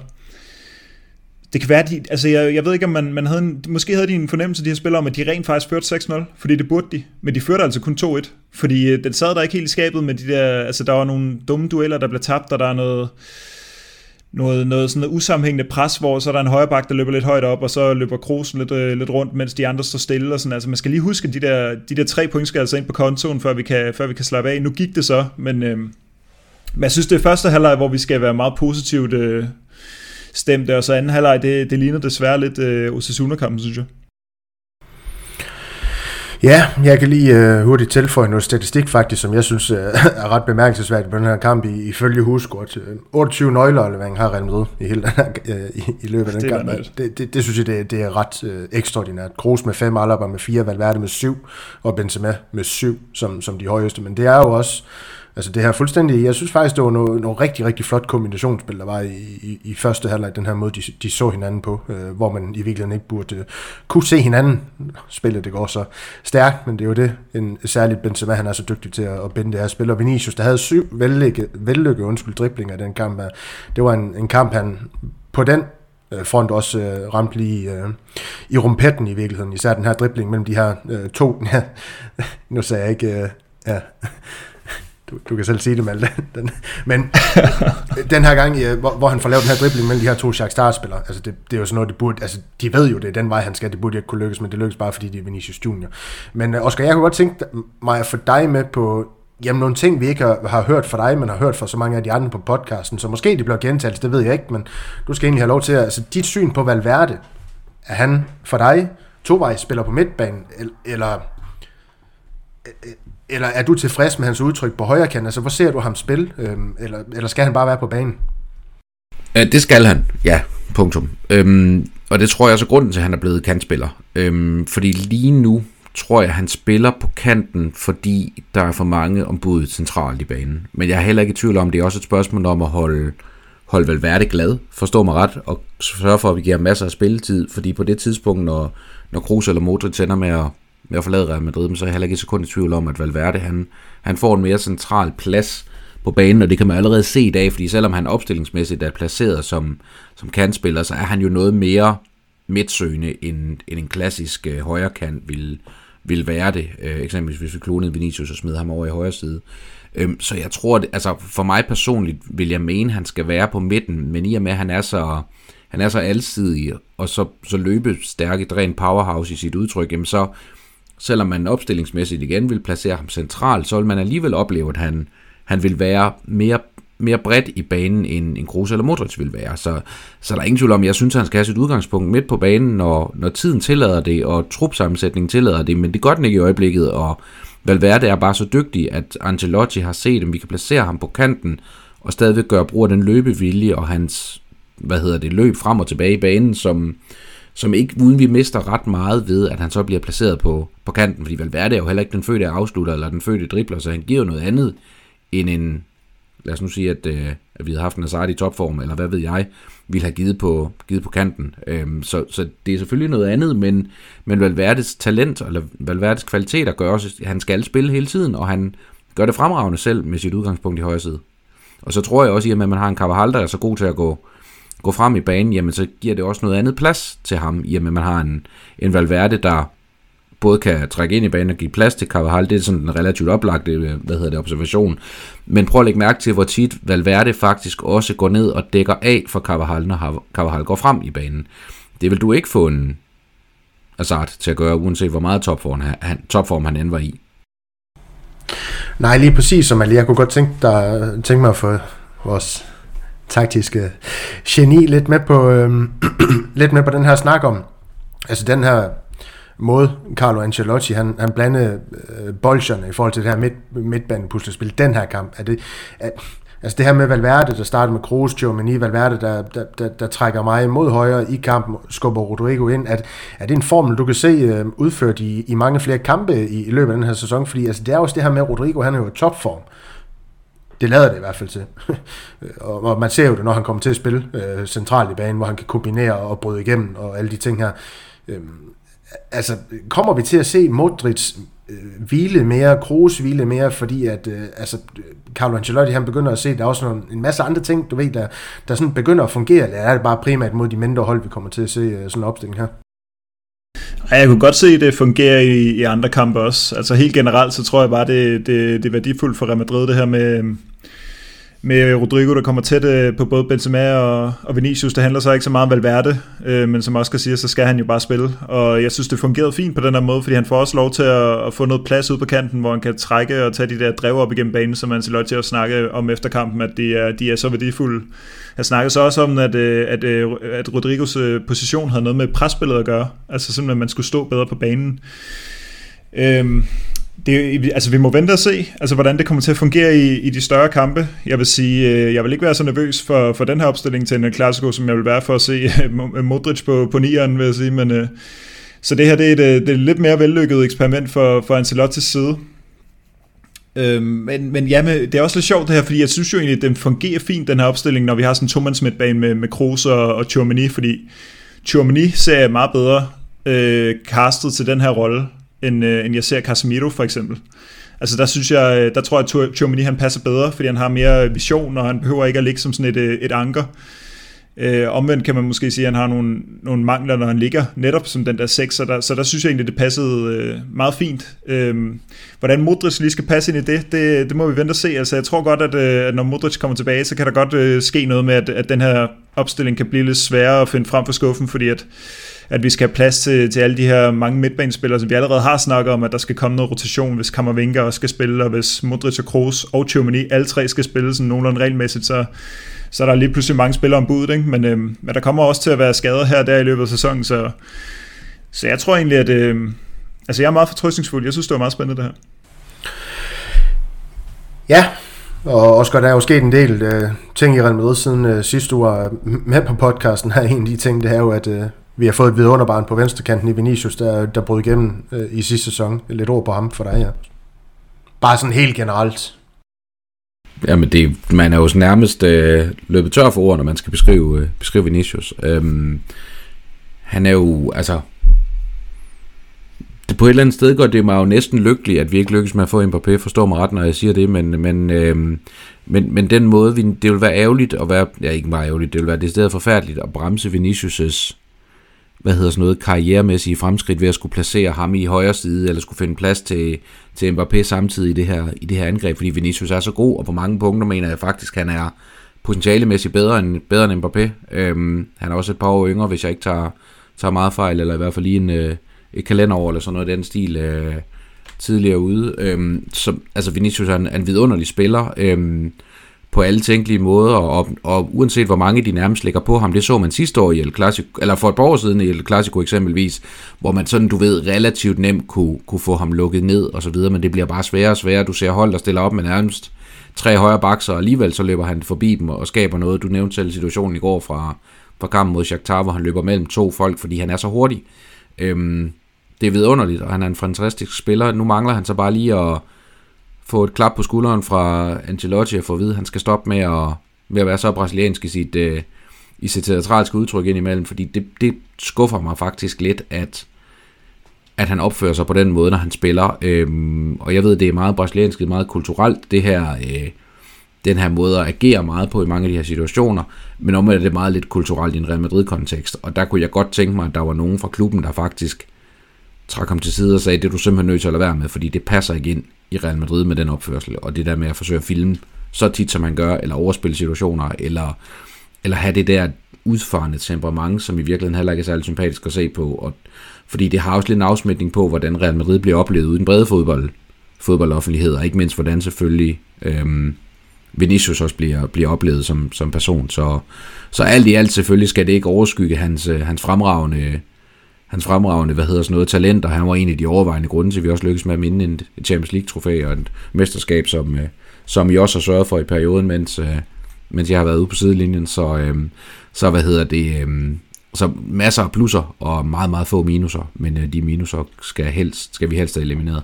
det kan være, de, altså jeg, jeg ved ikke, om man, man havde en, måske havde de en fornemmelse, de her spillere, om at de rent faktisk førte seks nul, fordi det burde de, men de førte altså kun to et, fordi den sad der ikke helt i skabet med de der, altså der var nogle dumme dueller, der blev tabt, og der er noget, noget, noget sådan noget usammenhængende pres, hvor så er der en højreback, der løber lidt højt op, og så løber Krosen lidt, øh, lidt rundt, mens de andre står stille, og sådan, altså man skal lige huske, de der, de der tre point skal altså ind på kontoen, før vi kan, før vi kan slappe af. Nu gik det så, men, øh, men jeg synes, det er første halvleg, hvor vi skal være meget positivt øh, stemte, og så anden halvleg, det, det ligner desværre lidt øh, Osasuna-kampen, synes jeg. Ja, jeg kan lige øh, hurtigt tilføje noget statistik faktisk, som jeg synes øh, er ret bemærkelsesværdigt på den her kamp, i, ifølge Huskort. otteogtyve nøgleafleveringer har Real Madrid i, hele den her, øh, i, i løbet af den kamp. Det, det, det synes jeg, det, det er ret øh, ekstraordinært. Kroos med fem, Alaba med fire, Valverde med syv, og Benzema med syv som, som de højeste. Men det er jo også, altså det her fuldstændig, jeg synes faktisk, det var noget, noget rigtig, rigtig flot kombinationsspil, der var i, i, i første halvleg, den her måde, de, de så hinanden på, øh, hvor man i virkeligheden ikke burde øh, kunne se hinanden. Spillet, det går så stærkt, men det er jo det, en særligt Benzema, han er så dygtig til at, at binde det her spil, og Vinicius, der havde syv vellykket, vellykket undskyld, driblinger i den kamp, det var en, en kamp, han på den front også øh, ramte lige øh, i rumpetten i virkeligheden, især den her dribling mellem de her øh, to, ja, nu sagde jeg ikke, øh, ja, Du, du kan selv sige det, Malte. Den, men den her gang, hvor, hvor han får lavet den her dribling mellem de her to Shakhtar-spillere, altså det, det er jo sådan noget, det burde, altså de ved jo, det er den vej, han skal, det burde ikke kunne lykkes, men det lykkes bare, fordi det er Vinicius Junior Men Oscar, jeg kunne godt tænke mig at få dig med på, jamen nogle ting, vi ikke har, har hørt fra dig, men har hørt fra så mange af de andre på podcasten, så måske de bliver gentalt, det ved jeg ikke, men du skal egentlig have lov til at, altså dit syn på Valverde, er han for dig tovejs spiller på midtbanen, eller Eller er du tilfreds med hans udtryk på højre kant? Altså, hvor ser du ham spille? Øhm, eller, eller skal han bare være på banen? Det skal han, ja. Punktum. Øhm, og det tror jeg også er grunden til, at han er blevet kantspiller. Øhm, fordi lige nu tror jeg, at han spiller på kanten, fordi der er for mange ombud centralt i banen. Men jeg er heller ikke i tvivl om, det er også et spørgsmål om at holde, holde Valverde glad, forstå mig ret, og sørge for, at vi giver masser af spilletid. Fordi på det tidspunkt, når, når Kroos eller Modric tænder med at med at forlade Real Madrid, men så er jeg heller ikke et sekund i tvivl om, at Valverde, han, han får en mere central plads på banen, og det kan man allerede se i dag, fordi selvom han opstillingsmæssigt er placeret som, som kantspiller, så er han jo noget mere midtsøgende, end, end en klassisk øh, højre kant vil, vil være det, øh, eksempelvis hvis vi klonede Vinicius og smed ham over i højre side. Øhm, så jeg tror, det, altså for mig personligt vil jeg mene, at han skal være på midten, men i og med, at han er så, han er så alsidig, og så, så løbestærk, et rent powerhouse i sit udtryk, jamen så selvom man opstillingsmæssigt igen vil placere ham centralt, så vil man alligevel opleve, at han, han vil være mere, mere bredt i banen, end en Kroos eller Modric vil være. Så, så der er ingen tvivl om, jeg synes, at han skal have sit udgangspunkt midt på banen, når, når tiden tillader det, og trupsammensætningen tillader det, men det gør den ikke i øjeblikket, og Valverde er bare så dygtig, at Ancelotti har set, at vi kan placere ham på kanten, og stadigvæk gøre brug af den løbevilje og hans hvad hedder det, løb frem og tilbage i banen, som, som ikke, uden vi mister ret meget ved, at han så bliver placeret på, på kanten, fordi Valverde er jo heller ikke den fødte afslutter, eller den fødte dribler, så han giver jo noget andet end en, lad os nu sige, at, øh, at vi havde haft en Hazard i topform, eller hvad ved jeg, ville have givet på, givet på kanten. Øhm, så, så det er selvfølgelig noget andet, men, men Valverdes talent, eller Valverdes kvaliteter gør også, at han skal spille hele tiden, og han gør det fremragende selv med sit udgangspunkt i højre side. Og så tror jeg også, at man har en Carvajal, der er så god til at gå, gå frem i banen, jamen så giver det også noget andet plads til ham, i og med man har en, en Valverde, der både kan trække ind i banen og give plads til Carvajal. Det er sådan en relativt oplagt, hvad hedder det, observation. Men prøv at lægge mærke til, hvor tit Valverde faktisk også går ned og dækker af for Carvajal, når Carvajal går frem i banen. Det vil du ikke få en Hazard til at gøre, uanset hvor meget topform han, topform han end var i. Nej, lige præcis som Ali. Jeg kunne godt tænke, dig, tænke mig at få vores taktiske geni lidt med på, øhm, lidt med på den her snak om, altså den her måde, Carlo Ancelotti, han, han blandede øh, bolsjerne i forhold til det her midt, midtbanepuslespil, den her kamp. Er det, er, altså det her med Valverde, der starter med Kroos, Tchouaméni, Valverde, der, der, der, der trækker mig mod højre i kampen, skubber Rodrigo ind. At, er det en formel, du kan se øh, udført i, i mange flere kampe i, i løbet af den her sæson? Fordi altså, det er også det her med, Rodrigo, han er jo i topform. Det lader det i hvert fald til. og, og man ser jo det, når han kommer til at spille øh, centralt i banen, hvor han kan kombinere og bryde igennem og alle de ting her. Øh, Altså, kommer vi til at se Modric øh, hvile mere, Kroos hvile mere, fordi at, øh, altså, Carlo Ancelotti, han begynder at se, der er også nogle, en masse andre ting, du ved, der, der sådan begynder at fungere, eller er det bare primært mod de mindre hold, vi kommer til at se øh, sådan en opstilling her? Jeg kunne godt se, at det fungerer i, i andre kampe også. Altså helt generelt, så tror jeg bare, det, det, det er værdifuldt for Real Madrid, det her med... med Rodrigo, der kommer tæt på både Benzema og, og Vinicius. Det handler så ikke så meget om Valverde, øh, men som Oscar siger, så skal han jo bare spille. Og jeg synes, det fungerede fint på den her måde, fordi han får også lov til at, at få noget plads ud på kanten, hvor han kan trække og tage de der drev op igennem banen, som Ancelotti også snakke om efter kampen, at de er, de er så værdifulde. Han snakkede så også om, at, at, at Rodrigos position havde noget med presspillet at gøre. Altså simpelthen, at man skulle stå bedre på banen. Øhm, Det, altså vi må vente og se, altså hvordan det kommer til at fungere i, i de større kampe. Jeg vil sige, jeg vil ikke være så nervøs for, for den her opstilling til en Clasico, som jeg vil være for at se Modric på, på nieren, vil jeg sige. Men, så det her det er, et, det er et lidt mere vellykket eksperiment for, for Ancelottis side. Øhm, men, men ja, med, det er også lidt sjovt det her, fordi jeg synes jo egentlig, at den fungerer fint, den her opstilling, når vi har sådan en to-mands midtbane med, med Kroos og, og Tchouaméni, fordi Tchouaméni ser meget bedre øh, castet til den her rolle, end, øh, end jeg ser Casemiro for eksempel. Altså der synes jeg, der tror jeg, at Tchouaméni han passer bedre, fordi han har mere vision, og han behøver ikke at ligge som sådan et, et anker. Øh, omvendt kan man måske sige, at han har nogle, nogle mangler, når han ligger netop som den der seks, så der, så der synes jeg egentlig, det passede øh, meget fint. Øh, hvordan Modric lige skal passe ind i det, det, det må vi vente og se. Altså jeg tror godt, at, øh, at når Modric kommer tilbage, så kan der godt øh, ske noget med, at, at den her opstilling kan blive lidt sværere at finde frem for skuffen, fordi at at vi skal have plads til, til alle de her mange midtbanespillere, som vi allerede har snakket om, at der skal komme noget rotation, hvis Kammervinga også skal spille, og hvis Modric og Kroos og Tchouaméni, alle tre skal spille sådan nogenlunde regelmæssigt, så, så er der lige pludselig mange spillere ombud, ikke? Men, øhm, men der kommer også til at være skader her og der i løbet af sæsonen, så, så jeg tror egentlig, at øhm, altså jeg er meget fortrøstningsfuld. Jeg synes, det var meget spændende det her. Ja, og Oscar, der er jo sket en del øh, ting i Real Madrid siden øh, sidste uge med på podcasten her. En af de ting, det er jo, at øh, vi har fået et vidunderbarn på venstrekanten i Vinicius, der, der brød igennem øh, i sidste sæson. Lidt ord på ham for dig, ja. Bare sådan helt generelt. Jamen, det, man er jo nærmest øh, løbet tør for ord, når man skal beskrive, øh, beskrive Vinicius. Øhm, han er jo, altså... Det på et eller andet sted gør det mig jo næsten lykkelig, at vi ikke lykkes med at få Mbappé, forstår mig ret, når jeg siger det, men, men, øhm, men, men den måde, vi, det vil være ærgerligt at være, ja ikke bare ærgerligt, det vil være det stedet forfærdeligt at bremse Vinicius' hvad hedder sådan noget, karrieremæssige fremskridt ved at skulle placere ham i højre side, eller skulle finde plads til, til Mbappé samtidig i det, her, i det her angreb, fordi Vinicius er så god, og på mange punkter mener jeg faktisk, han er potentialemæssigt bedre end, bedre end Mbappé. Øhm, han er også et par år yngre, hvis jeg ikke tager, tager meget fejl, eller i hvert fald lige en, øh, et kalenderår, eller sådan noget af den stil øh, tidligere ude. Øhm, så, altså Vinicius er en, en vidunderlig spiller, øhm, på alle tænkelige måder, og, og uanset hvor mange de nærmest lægger på ham, det så man sidste år i El Clasico, eller for et par år siden i El Clasico eksempelvis, hvor man sådan, du ved, relativt nemt kunne, kunne få ham lukket ned og så videre, men det bliver bare sværere og sværere. Du ser hold, der stiller op med nærmest tre højre bakser, og alligevel så løber han forbi dem og skaber noget. Du nævnte selv situationen i går fra, fra kampen mod Shakhtar, hvor han løber mellem to folk, fordi han er så hurtig. Øhm, det er vidunderligt, og han er en fantastisk spiller. Nu mangler han så bare lige at få et klap på skulderen fra Ancelotti og få at vide, at han skal stoppe med at, med at være så brasiliansk i sit, øh, i sit teatralske udtryk indimellem, fordi det, det skuffer mig faktisk lidt, at at han opfører sig på den måde, når han spiller. Øhm, og jeg ved, det er meget brasiliansk, meget kulturelt, det her, øh, den her måde at agere meget på i mange af de her situationer, men omvendt er det meget lidt kulturelt i en Real Madrid-kontekst. Og der kunne jeg godt tænke mig, at der var nogen fra klubben, der faktisk trak ham til side og sagde, det er du simpelthen nødt til at lade være med, fordi det passer ikke ind i Real Madrid med den opførsel, og det der med at forsøge at filme så tit, som man gør, eller overspille situationer, eller, eller have det der udfarende temperament, som i virkeligheden heller ikke er særlig sympatisk at se på, og fordi det har også lidt en afsmitning på, hvordan Real Madrid bliver oplevet uden brede fodbold, fodboldoffentlighed, og ikke mindst hvordan selvfølgelig øhm, Vinicius også bliver, bliver oplevet som, som person. Så, så alt i alt selvfølgelig skal det ikke overskygge hans, hans fremragende, hans fremragende, hvad hedder sådan noget, talent, og han var en af de overvejende grunde til, at vi også lykkedes med at minde et Champions League-trofæ og et mesterskab, som, som I også har sørget for i perioden, mens, mens jeg har været ude på sidelinjen. Så, øhm, så hvad hedder det... Øhm, Så masser af plusser og meget, meget få minuser, men øh, de minuser skal, helst, skal vi helst have elimineret.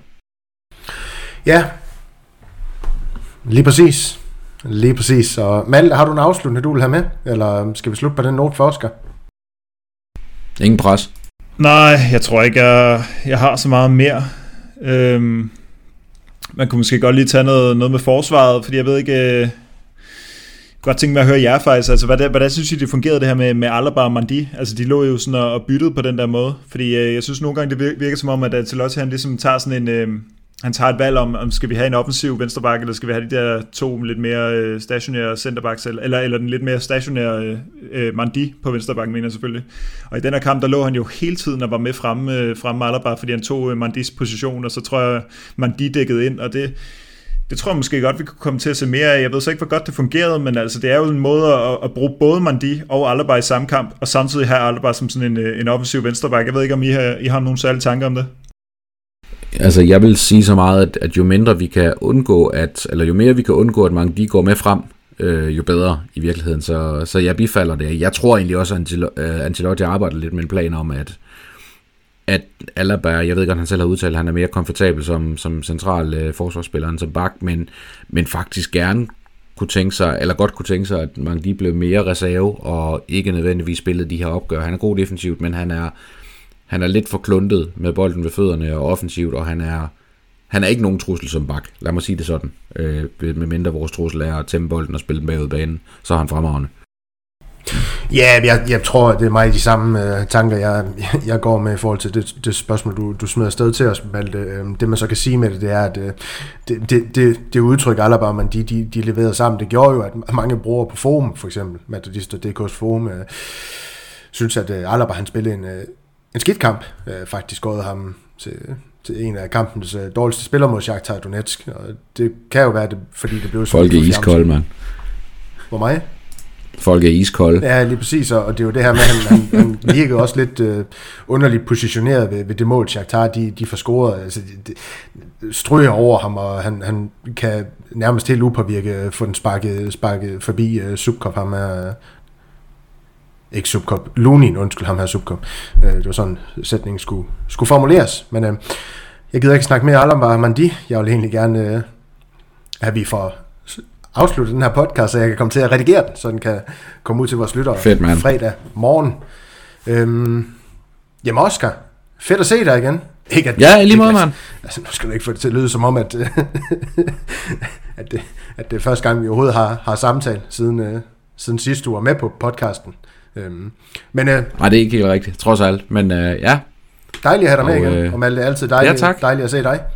Ja, lige præcis. Lige præcis. Og Malte, har du en afslutning, du vil have med? Eller skal vi slutte på den note for Oscar? Ingen pres. Nej, jeg tror ikke, jeg, jeg har så meget mere. Øhm, man kunne måske godt lige tage noget, noget med forsvaret, fordi jeg ved ikke... Øh, godt tænke mig at høre jer faktisk, altså hvordan, hvordan synes I det fungerede det her med, med Alaba og Mandi? Altså de lå jo sådan og, og byttede på den der måde, fordi øh, jeg synes nogle gange det virker som om, at Ancelotti han ligesom tager sådan en, øh, han tager et valg om, om skal vi have en offensiv venstreback, eller skal vi have de der to lidt mere øh, stationære centerbacks, eller, eller den lidt mere stationære øh, Mandi på venstrebacken, mener jeg selvfølgelig. Og i den her kamp, der lå han jo hele tiden og var med fremme, øh, fremme Alaba, fordi han tog øh, Mandis position, og så tror jeg, Mandi dækkede ind, og det... Det tror jeg måske godt, vi kunne komme til at se mere af. Jeg ved så ikke, hvor godt det fungerede, men altså, det er jo en måde at, at bruge både Mandi og Alaba i samme kamp, og samtidig have Alaba som sådan en, en offensiv venstreback. Jeg ved ikke, om I har, I har nogle særlige tanker om det? Altså, jeg vil sige så meget, at, at jo mindre vi kan undgå, at, eller jo mere vi kan undgå, at Mandi går med frem, øh, jo bedre i virkeligheden. Så, så jeg bifalder det. Jeg tror egentlig også, at Ancelotti arbejder lidt med en plan om, at at Alaba, jeg ved godt, han selv har udtalt, at han er mere komfortabel som, som central øh, forsvarsspiller end som bak, men, men faktisk gerne kunne tænke sig, eller godt kunne tænke sig, at Mandi blev mere reserve, og ikke nødvendigvis spillede de her opgør. Han er god defensivt, men han er, han er lidt for kluntet med bolden ved fødderne og offensivt, og han er, han er ikke nogen trussel som bak. Lad mig sige det sådan. Øh, med mindre vores trussel er at tæmme bolden og spille den bagud banen, så er han fremragende. Ja, jeg, jeg tror, det er meget de samme uh, tanker, jeg, jeg går med i forhold til det, det spørgsmål, du, du smider afsted til os, Malte. Uh, det man så kan sige med det, det er, at uh, det, det, det, det udtryk Alaba, man de, de, de leverede sammen, det gjorde jo, at mange brugere på forum, for eksempel, Madridista punktum d k's forum, uh, synes, at uh, Alaba han spillede en, uh, en skidt kamp. Uh, faktisk gået ham til, til en af kampens uh, dårligste spillere mod Shakhtar Donetsk, og det kan jo være, det, fordi det blev... Folk er iskolde, mand. Hvor meget? Folk er iskolde. Ja, lige præcis, og det er jo det her med, at han, han, han virkede også lidt øh, underligt positioneret ved, ved det mål, Shakhtar, de, de får scoret, altså de, de stryger over ham, og han, han kan nærmest helt upåvirke få den sparket, sparket forbi øh, Subkop, ham her, øh, ikke Subkop, Lunin, undskyld, ham her Subkop. Øh, det var sådan, sætningen skulle, skulle formuleres, men øh, jeg gider ikke snakke mere Alaba Mandi, jeg vil egentlig gerne øh, have vi får afslutte den her podcast, så jeg kan komme til at redigere den, så den kan komme ud til vores lyttere fredag morgen. Øhm, jamen Oscar, fedt at se dig igen. Ikke at, ja, lige måde, mand. Altså, nu skal du ikke få det til at lyde som om, at, at, det, at det er første gang, vi overhovedet har, har samtale, siden, uh, siden sidst du var med på podcasten. Øhm, men, uh, Nej, det er ikke helt rigtigt, trods alt. Men uh, ja. Dejligt at have dig med og, igen, og Malte, det er altid dejligt, ja, dejligt at se dig.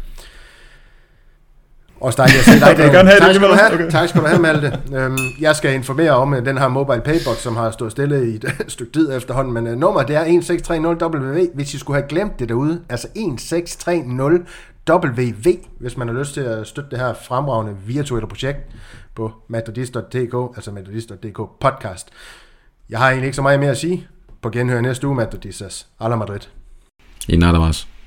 Også dejligt at se dig. Tak skal du have, okay. Tak skal du have, Malte. Øhm, jeg skal informere om uh, den her mobile paybox, som har stået stille i et stykke tid efterhånden, men uh, nummer det er et seks tre nul W V, hvis I skulle have glemt det derude. Altså et seks tre nul W V, hvis man har lyst til at støtte det her fremragende virtuelle projekt på madridista punktum d k, altså madridista punktum d k podcast. Jeg har egentlig ikke så meget mere at sige. På genhør næste uge, Madridistas. Alla Madrid. I nada más.